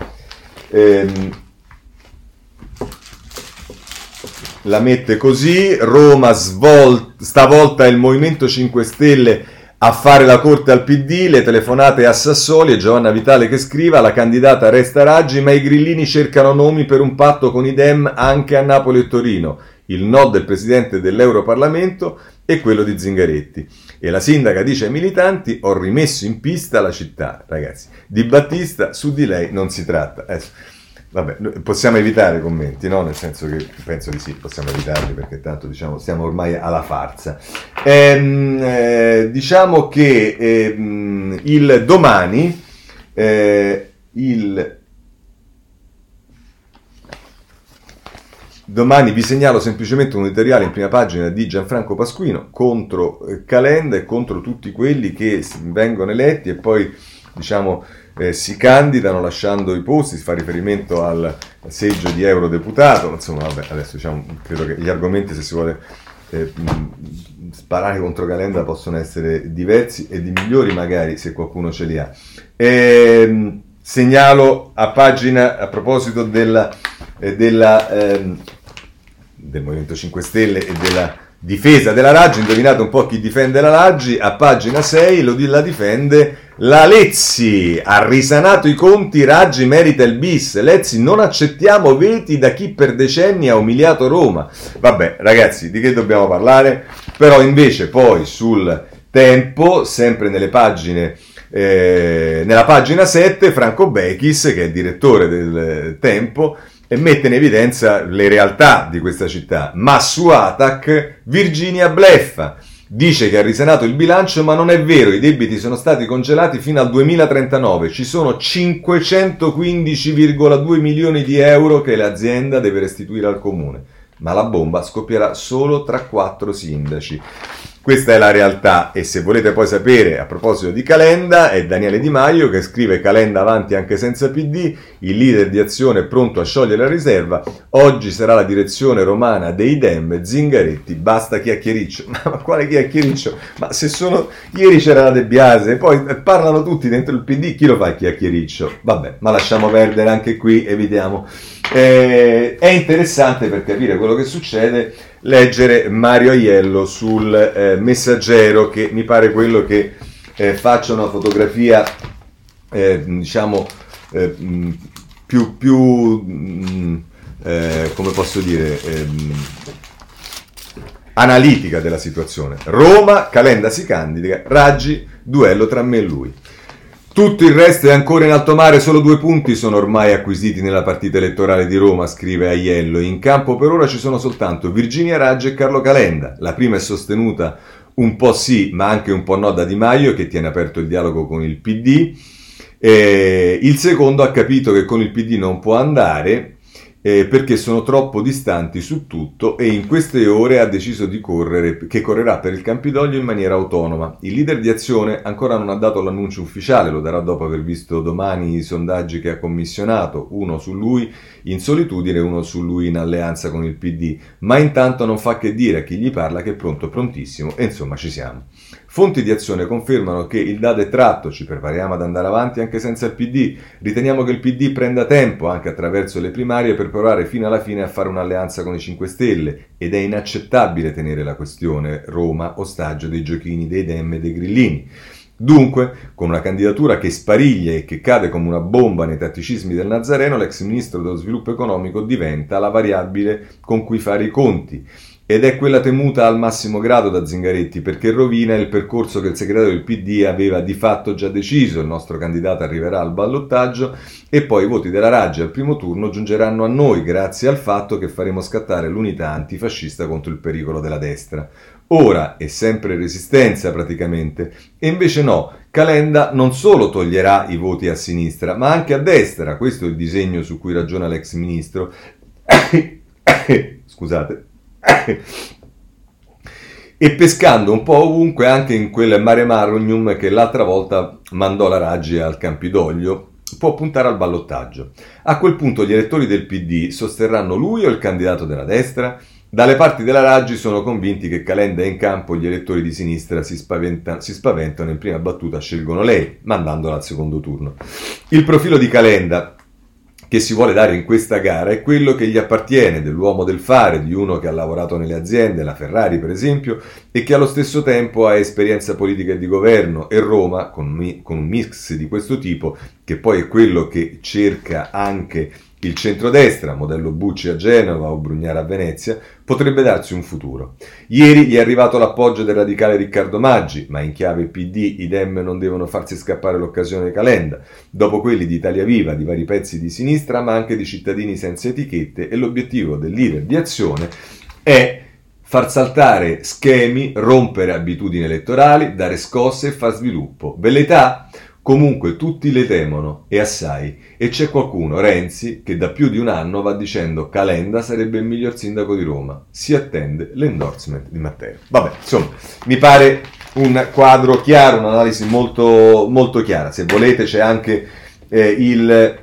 la mette così: Roma stavolta è il Movimento 5 Stelle a fare la corte al PD, le telefonate a Sassoli, e Giovanna Vitale che scriva: la candidata resta Raggi ma i grillini cercano nomi per un patto con i Dem anche a Napoli e Torino. il no del presidente dell'Europarlamento e quello di Zingaretti. E la sindaca dice ai militanti: ho rimesso in pista la città. Ragazzi, Di Battista, su di lei non si tratta. Vabbè, possiamo evitare commenti, no? Nel senso che penso di sì, possiamo evitarli perché tanto diciamo siamo ormai alla farsa. Diciamo che il domani Domani vi segnalo semplicemente un editoriale in prima pagina di Gianfranco Pasquino contro Calenda e contro tutti quelli che vengono eletti e poi diciamo si candidano lasciando i posti, si fa riferimento al seggio di eurodeputato, insomma vabbè, adesso diciamo, credo che gli argomenti, se si vuole sparare contro Calenda, possono essere diversi e di migliori magari se qualcuno ce li ha. Segnalo a proposito del Movimento 5 Stelle e della difesa della Raggi, indovinate un po' chi difende la Raggi, a pagina 6 la difende la Lezzi, ha risanato i conti, Raggi merita il bis, Lezzi non accettiamo veti da chi per decenni ha umiliato Roma. Vabbè ragazzi, di che dobbiamo parlare? Però invece poi sul Tempo, sempre nelle pagine nella pagina 7, Franco Bechis, che è il direttore del Tempo, e mette in evidenza le realtà di questa città. Ma su Atac Virginia bleffa, dice che ha risanato il bilancio, ma non è vero, i debiti sono stati congelati fino al 2039, ci sono 515,2 milioni di euro che l'azienda deve restituire al comune, ma la bomba scoppierà solo tra 4 sindaci. Questa è la realtà, e se volete poi sapere a proposito di Calenda è Daniele Di Maio che scrive: Calenda avanti anche senza PD, il leader di Azione è pronto a sciogliere la riserva, oggi sarà la direzione romana dei Dem, Zingaretti, basta chiacchiericcio. Ma quale chiacchiericcio? Ma se sono... ieri c'era la De Biase, poi parlano tutti dentro il PD, chi lo fa il chiacchiericcio? Vabbè, ma lasciamo perdere anche qui, evitiamo. È interessante per capire quello che succede leggere Mario Aiello sul Messaggero, che mi pare quello che faccia una fotografia diciamo più come posso dire analitica della situazione. Roma, Calenda si candida, Raggi, duello tra me e lui. Tutto il resto è ancora in alto mare, solo 2 punti sono ormai acquisiti nella partita elettorale di Roma, scrive Aiello. In campo per ora ci sono soltanto Virginia Raggi e Carlo Calenda. La prima è sostenuta un po' sì, ma anche un po' no da Di Maio, che tiene aperto il dialogo con il PD. Il secondo ha capito che con il PD non può andare perché sono troppo distanti su tutto, e in queste ore ha deciso di che correrà per il Campidoglio in maniera autonoma. Il leader di Azione ancora non ha dato l'annuncio ufficiale, lo darà dopo aver visto domani i sondaggi che ha commissionato, uno su lui in solitudine e uno su lui in alleanza con il PD, ma intanto non fa che dire a chi gli parla che è pronto, prontissimo, e insomma ci siamo. Fonti di Azione confermano che il dado è tratto, ci prepariamo ad andare avanti anche senza il PD, riteniamo che il PD prenda tempo anche attraverso le primarie per provare fino alla fine a fare un'alleanza con i 5 Stelle ed è inaccettabile tenere la questione Roma ostaggio dei giochini dei Dem e dei Grillini. Dunque, con una candidatura che spariglia e che cade come una bomba nei tatticismi del Nazareno, l'ex ministro dello sviluppo economico diventa la variabile con cui fare i conti. Ed è quella temuta al massimo grado da Zingaretti, perché rovina il percorso che il segretario del PD aveva di fatto già deciso. Il nostro candidato arriverà al ballottaggio e poi i voti della Raggi al primo turno giungeranno a noi grazie al fatto che faremo scattare l'unità antifascista contro il pericolo della destra. Ora è sempre resistenza praticamente, e invece no, Calenda non solo toglierà i voti a sinistra, ma anche a destra. Questo è il disegno su cui ragiona l'ex ministro. Scusate. E pescando un po' ovunque, anche in quel mare magnum che l'altra volta mandò la Raggi al Campidoglio, può puntare al ballottaggio. A quel punto gli elettori del PD sosterranno lui o il candidato della destra? Dalle parti della Raggi sono convinti che Calenda è in campo, gli elettori di sinistra si spaventano e in prima battuta scelgono lei, mandandola al secondo turno. Il profilo di Calenda che si vuole dare in questa gara è quello che gli appartiene, dell'uomo del fare, di uno che ha lavorato nelle aziende, la Ferrari per esempio, e che allo stesso tempo ha esperienza politica e di governo, e Roma, con un mix di questo tipo, che poi è quello che cerca anche Il centrodestra, modello Bucci a Genova o Brugnara a Venezia, potrebbe darsi un futuro. Ieri gli è arrivato l'appoggio del radicale Riccardo Maggi, ma in chiave PD i Dem non devono farsi scappare l'occasione Calenda, dopo quelli di Italia Viva, di vari pezzi di sinistra, ma anche di cittadini senza etichette, e l'obiettivo del leader di Azione è far saltare schemi, rompere abitudini elettorali, dare scosse e far sviluppo. Velleità? Comunque tutti le temono, e assai, e c'è qualcuno, Renzi, che da più di un anno va dicendo Calenda sarebbe il miglior sindaco di Roma. Si attende l'endorsement di Matteo. Vabbè, insomma, mi pare un quadro chiaro, un'analisi molto, molto chiara. Se volete c'è anche il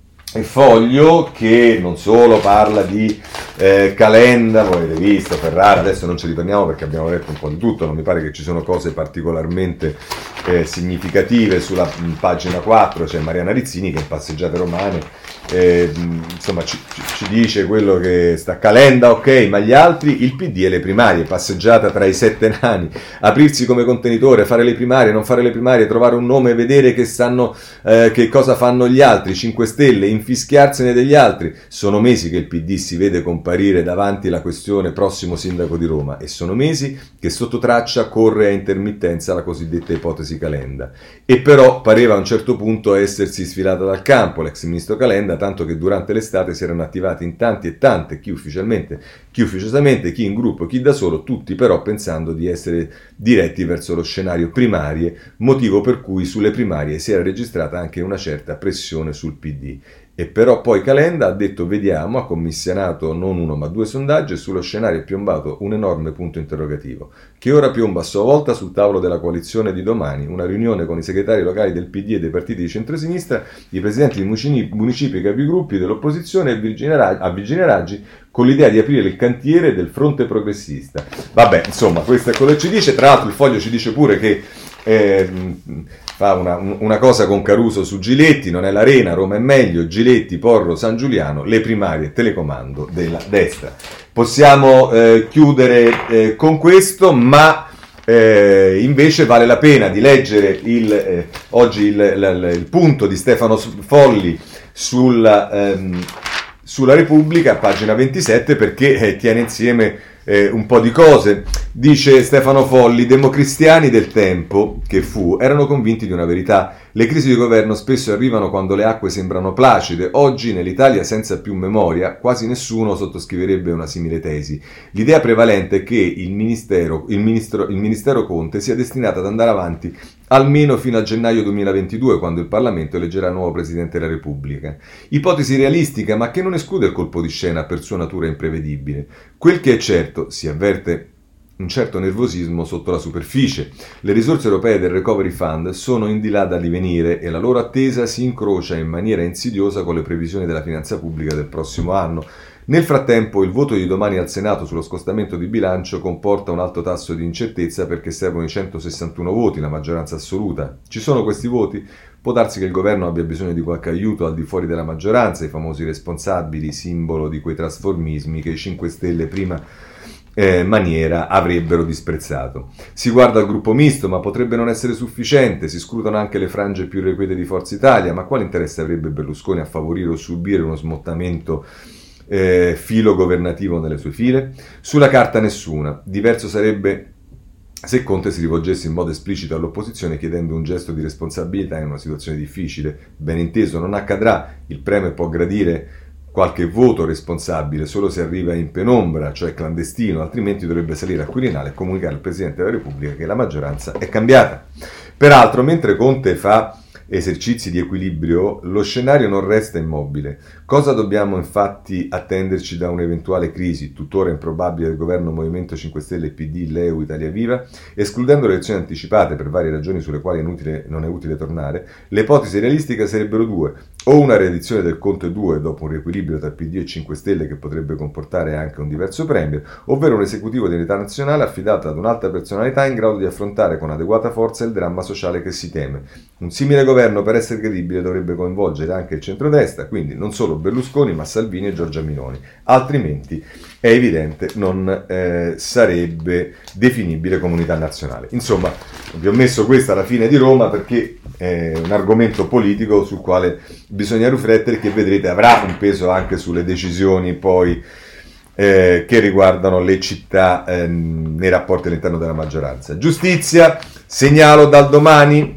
Foglio che non solo parla di Calenda, voi avete visto, Ferrara, adesso non ci riprendiamo perché abbiamo letto un po' di tutto, non mi pare che ci sono cose particolarmente significative. Sulla pagina 4 c'è Mariana Rizzini che in Passeggiate Romane insomma ci dice quello che sta Calenda, ok, ma gli altri, il PD e le primarie, passeggiata tra i 7 nani, aprirsi come contenitore, fare le primarie, non fare le primarie, trovare un nome, vedere che sanno che cosa fanno gli altri, 5 Stelle, infischiarsene degli altri. Sono mesi che il PD si vede comparire davanti la questione prossimo sindaco di Roma e sono mesi che sotto traccia corre a intermittenza la cosiddetta ipotesi Calenda. E però pareva a un certo punto essersi sfilata dal campo l'ex ministro Calenda, tanto che durante l'estate si erano attivati in tanti e tante, chi ufficialmente, chi ufficiosamente, chi in gruppo, chi da solo, tutti però pensando di essere diretti verso lo scenario primarie, motivo per cui sulle primarie si era registrata anche una certa pressione sul PD. E però poi Calenda ha detto vediamo, ha commissionato non uno ma 2 sondaggi e sullo scenario è piombato un enorme punto interrogativo, che ora piomba a sua volta sul tavolo della coalizione di domani, una riunione con i segretari locali del PD e dei partiti di centrosinistra, i presidenti di municipi e capigruppi dell'opposizione a Virginia Raggi, con l'idea di aprire il cantiere del fronte progressista. Vabbè, insomma, questo è quello che ci dice. Tra l'altro il Foglio ci dice pure che fa una cosa con Caruso su Giletti, non è l'Arena, Roma è meglio, Giletti, Porro, San Giuliano, le primarie, telecomando della destra. Possiamo chiudere con questo, ma invece vale la pena di leggere oggi il punto di Stefano Folli sulla Repubblica, pagina 27, perché tiene insieme un po' di cose. Dice Stefano Folli, democristiani del tempo che fu erano convinti di una verità. Le crisi di governo spesso arrivano quando le acque sembrano placide. Oggi nell'Italia senza più memoria quasi nessuno sottoscriverebbe una simile tesi. L'idea prevalente è che il ministero Conte sia destinato ad andare avanti almeno fino a gennaio 2022, quando il Parlamento eleggerà il nuovo Presidente della Repubblica. Ipotesi realistica, ma che non esclude il colpo di scena per sua natura imprevedibile. Quel che è certo, si avverte un certo nervosismo sotto la superficie. Le risorse europee del Recovery Fund sono in di là da divenire e la loro attesa si incrocia in maniera insidiosa con le previsioni della finanza pubblica del prossimo anno. Nel frattempo, il voto di domani al Senato sullo scostamento di bilancio comporta un alto tasso di incertezza perché servono i 161 voti, la maggioranza assoluta. Ci sono questi voti? Può darsi che il governo abbia bisogno di qualche aiuto al di fuori della maggioranza, i famosi responsabili, simbolo di quei trasformismi che i 5 Stelle prima maniera avrebbero disprezzato. Si guarda al gruppo misto, ma potrebbe non essere sufficiente, si scrutano anche le frange più irrequiete di Forza Italia, ma quale interesse avrebbe Berlusconi a favorire o subire uno smottamento filo governativo nelle sue file? Sulla carta nessuna. Diverso sarebbe se Conte si rivolgesse in modo esplicito all'opposizione chiedendo un gesto di responsabilità in una situazione difficile. Ben inteso, non accadrà. Il Premier può gradire qualche voto responsabile solo se arriva in penombra, cioè clandestino, altrimenti dovrebbe salire al Quirinale e comunicare al Presidente della Repubblica che la maggioranza è cambiata. Peraltro, mentre Conte fa esercizi di equilibrio, lo scenario non resta immobile. Cosa dobbiamo infatti attenderci da un'eventuale crisi, tuttora improbabile, del governo Movimento 5 Stelle, PD, Leu, Italia Viva? Escludendo le elezioni anticipate per varie ragioni sulle quali non è utile tornare, le ipotesi realistiche sarebbero 2. O una riedizione del Conte 2 dopo un riequilibrio tra PD e 5 Stelle che potrebbe comportare anche un diverso premier, ovvero un esecutivo di unità nazionale affidato ad un'alta personalità in grado di affrontare con adeguata forza il dramma sociale che si teme. Un simile governo governo per essere credibile dovrebbe coinvolgere anche il centrodestra, quindi non solo Berlusconi ma Salvini e Giorgia Meloni, altrimenti è evidente non sarebbe definibile comunità nazionale. Insomma, vi ho messo questa alla fine di Roma perché è un argomento politico sul quale bisogna riflettere, che vedrete avrà un peso anche sulle decisioni poi che riguardano le città nei rapporti all'interno della maggioranza. Giustizia, segnalo dal Domani,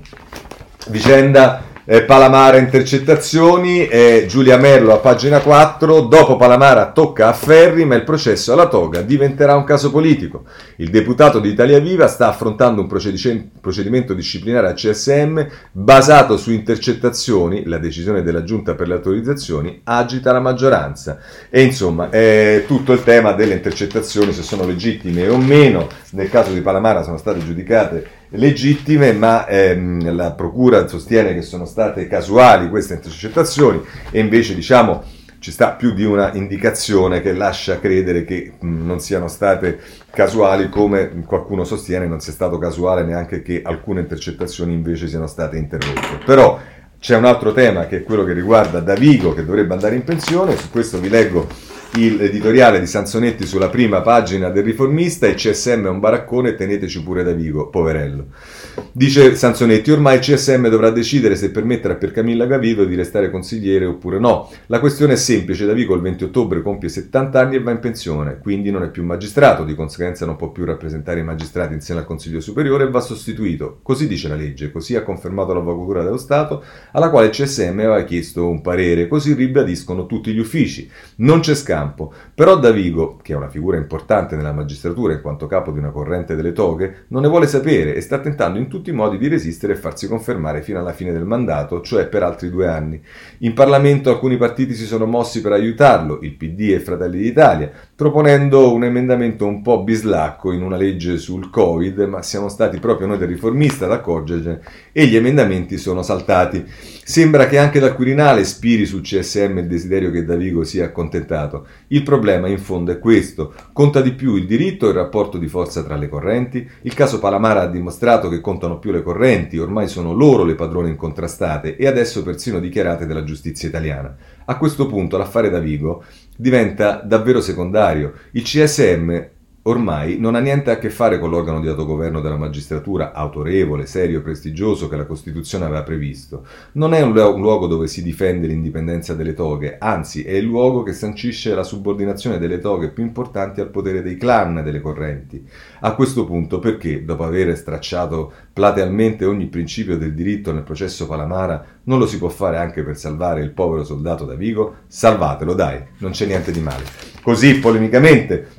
vicenda Palamara intercettazioni, Giulia Merlo a pagina 4, dopo Palamara tocca a Ferri ma il processo alla toga diventerà un caso politico. Il deputato di Italia Viva sta affrontando un procedimento disciplinare al CSM basato su intercettazioni, la decisione della Giunta per le autorizzazioni agita la maggioranza e insomma tutto il tema delle intercettazioni, se sono legittime o meno. Nel caso di Palamara sono state giudicate legittime, ma la procura sostiene che sono state casuali queste intercettazioni e invece diciamo ci sta più di una indicazione che lascia credere che non siano state casuali, come qualcuno sostiene non sia stato casuale neanche che alcune intercettazioni invece siano state interrotte. Però c'è un altro tema che è quello che riguarda Davigo, che dovrebbe andare in pensione. Su questo vi leggo l'editoriale di Sansonetti sulla prima pagina del Riformista: il CSM è un baraccone, teneteci pure Davigo, poverello. Dice Sansonetti: ormai il CSM dovrà decidere se permettere a Piercamilla Davigo di restare consigliere oppure no. La questione è semplice: Davigo il 20 ottobre compie 70 anni e va in pensione, quindi non è più magistrato, di conseguenza non può più rappresentare i magistrati insieme al Consiglio Superiore e va sostituito. Così dice la legge, così ha confermato l'Avvocatura dello Stato, alla quale il CSM aveva chiesto un parere, così ribadiscono tutti gli uffici. Non c'è scampo. Però Davigo, che è una figura importante nella magistratura in quanto capo di una corrente delle toghe, non ne vuole sapere e sta tentando in tutti i modi di resistere e farsi confermare fino alla fine del mandato, cioè per altri 2 anni. In Parlamento alcuni partiti si sono mossi per aiutarlo, il PD e Fratelli d'Italia, proponendo un emendamento un po' bislacco in una legge sul Covid, ma siamo stati proprio noi del Riformista ad accorgercene e gli emendamenti sono saltati. Sembra che anche dal Quirinale spiri sul CSM il desiderio che Davigo sia accontentato. Il problema in fondo è questo: conta di più il diritto o il rapporto di forza tra le correnti? Il caso Palamara ha dimostrato che contano più le correnti, ormai sono loro le padrone incontrastate e adesso persino dichiarate della giustizia italiana. A questo punto l'affare Davigo diventa davvero secondario. Il CSM ormai non ha niente a che fare con l'organo di autogoverno della magistratura, autorevole, serio, prestigioso, che la Costituzione aveva previsto. Non è un luogo dove si difende l'indipendenza delle toghe, anzi è il luogo che sancisce la subordinazione delle toghe più importanti al potere dei clan delle correnti. A questo punto, perché, dopo aver stracciato platealmente ogni principio del diritto nel processo Palamara, non lo si può fare anche per salvare il povero soldato Davigo? Salvatelo, dai, non c'è niente di male. Così, polemicamente,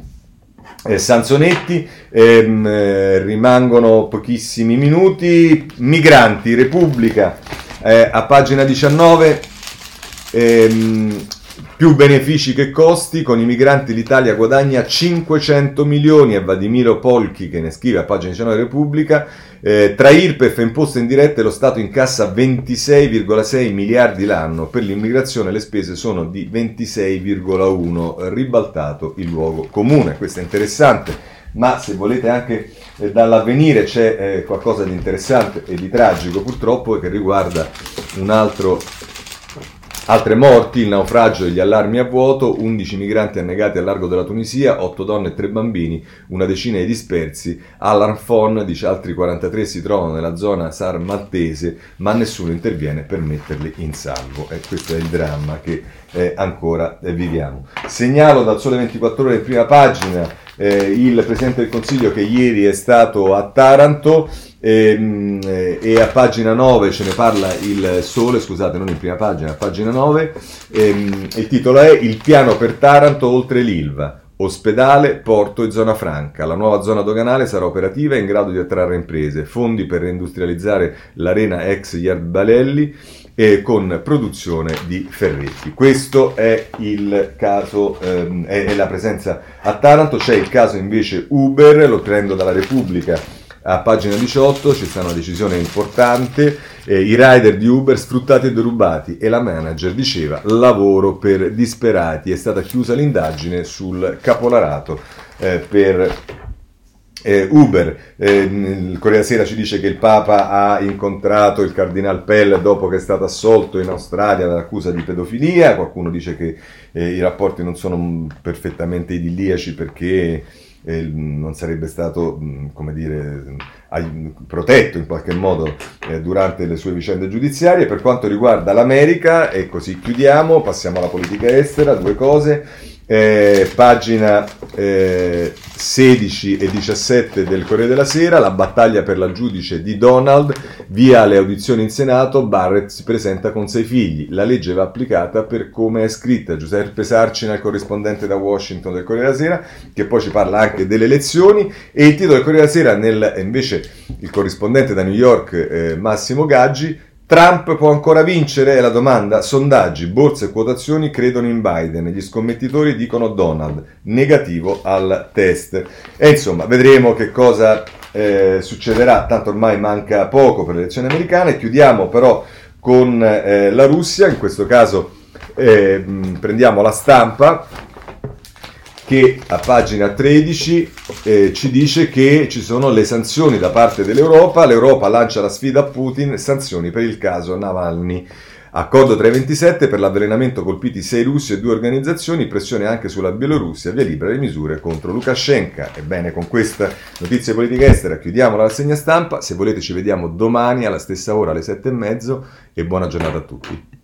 Sansonetti, rimangono pochissimi minuti. Migranti, Repubblica, a pagina 19, più benefici che costi, con i migranti l'Italia guadagna 500 milioni, è Vladimiro Polchi che ne scrive a pagina 19 Repubblica. Tra IRPEF e imposte indirette lo Stato incassa 26,6 miliardi l'anno, per l'immigrazione le spese sono di 26,1, ribaltato il luogo comune. Questo è interessante, ma se volete anche dall'Avvenire c'è qualcosa di interessante e di tragico purtroppo che riguarda altre morti, il naufragio e gli allarmi a vuoto, 11 migranti annegati al largo della Tunisia, 8 donne e 3 bambini, una decina di dispersi. Alarm phone, dice, altri 43 si trovano nella zona SAR maltese, ma nessuno interviene per metterli in salvo. E questo è il dramma che ancora viviamo. Segnalo dal Sole 24 Ore in prima pagina il Presidente del Consiglio che ieri è stato a Taranto, e a pagina 9 ce ne parla il Sole, scusate, non in prima pagina, a pagina 9, il titolo è Il piano per Taranto oltre l'Ilva, ospedale, porto e zona franca. La nuova zona doganale sarà operativa e in grado di attrarre imprese, fondi per reindustrializzare l'arena ex Yard Balelli con produzione di ferretti. Questo è il caso, è la presenza a Taranto. C'è il caso invece Uber, lo prendo dalla Repubblica a pagina 18, c'è stata una decisione importante, i rider di Uber sfruttati e derubati e la manager diceva lavoro per disperati. È stata chiusa l'indagine sul capolarato per Uber, il Corriere della Sera ci dice che il Papa ha incontrato il Cardinal Pell dopo che è stato assolto in Australia dall'accusa di pedofilia. Qualcuno dice che i rapporti non sono perfettamente idilliaci perché non sarebbe stato, come dire, protetto in qualche modo durante le sue vicende giudiziarie. Per quanto riguarda l'America, e così chiudiamo, passiamo alla politica estera, due cose. Pagina 16 e 17 del Corriere della Sera, la battaglia per la giudice di Donald, via le audizioni in Senato, Barrett si presenta con 6 figli, la legge va applicata per come è scritta. Giuseppe Sarcina, il corrispondente da Washington del Corriere della Sera, che poi ci parla anche delle elezioni, e il titolo del Corriere della Sera, invece il corrispondente da New York, Massimo Gaggi: Trump può ancora vincere? È la domanda. Sondaggi, borse e quotazioni credono in Biden. Gli scommettitori dicono Donald. Negativo al test. E insomma, vedremo che cosa succederà. Tanto ormai manca poco per le elezioni americane. Chiudiamo però con la Russia. In questo caso prendiamo La Stampa, che a pagina 13 ci dice che ci sono le sanzioni da parte dell'Europa. L'Europa lancia la sfida a Putin, sanzioni per il caso Navalny. Accordo tra i 27 per l'avvelenamento, colpiti 6 russi e 2 organizzazioni, pressione anche sulla Bielorussia, via libera le misure contro Lukashenko. Ebbene, con questa notizia di politica estera chiudiamo la rassegna stampa. Se volete ci vediamo domani alla stessa ora, alle 7:30, e buona giornata a tutti.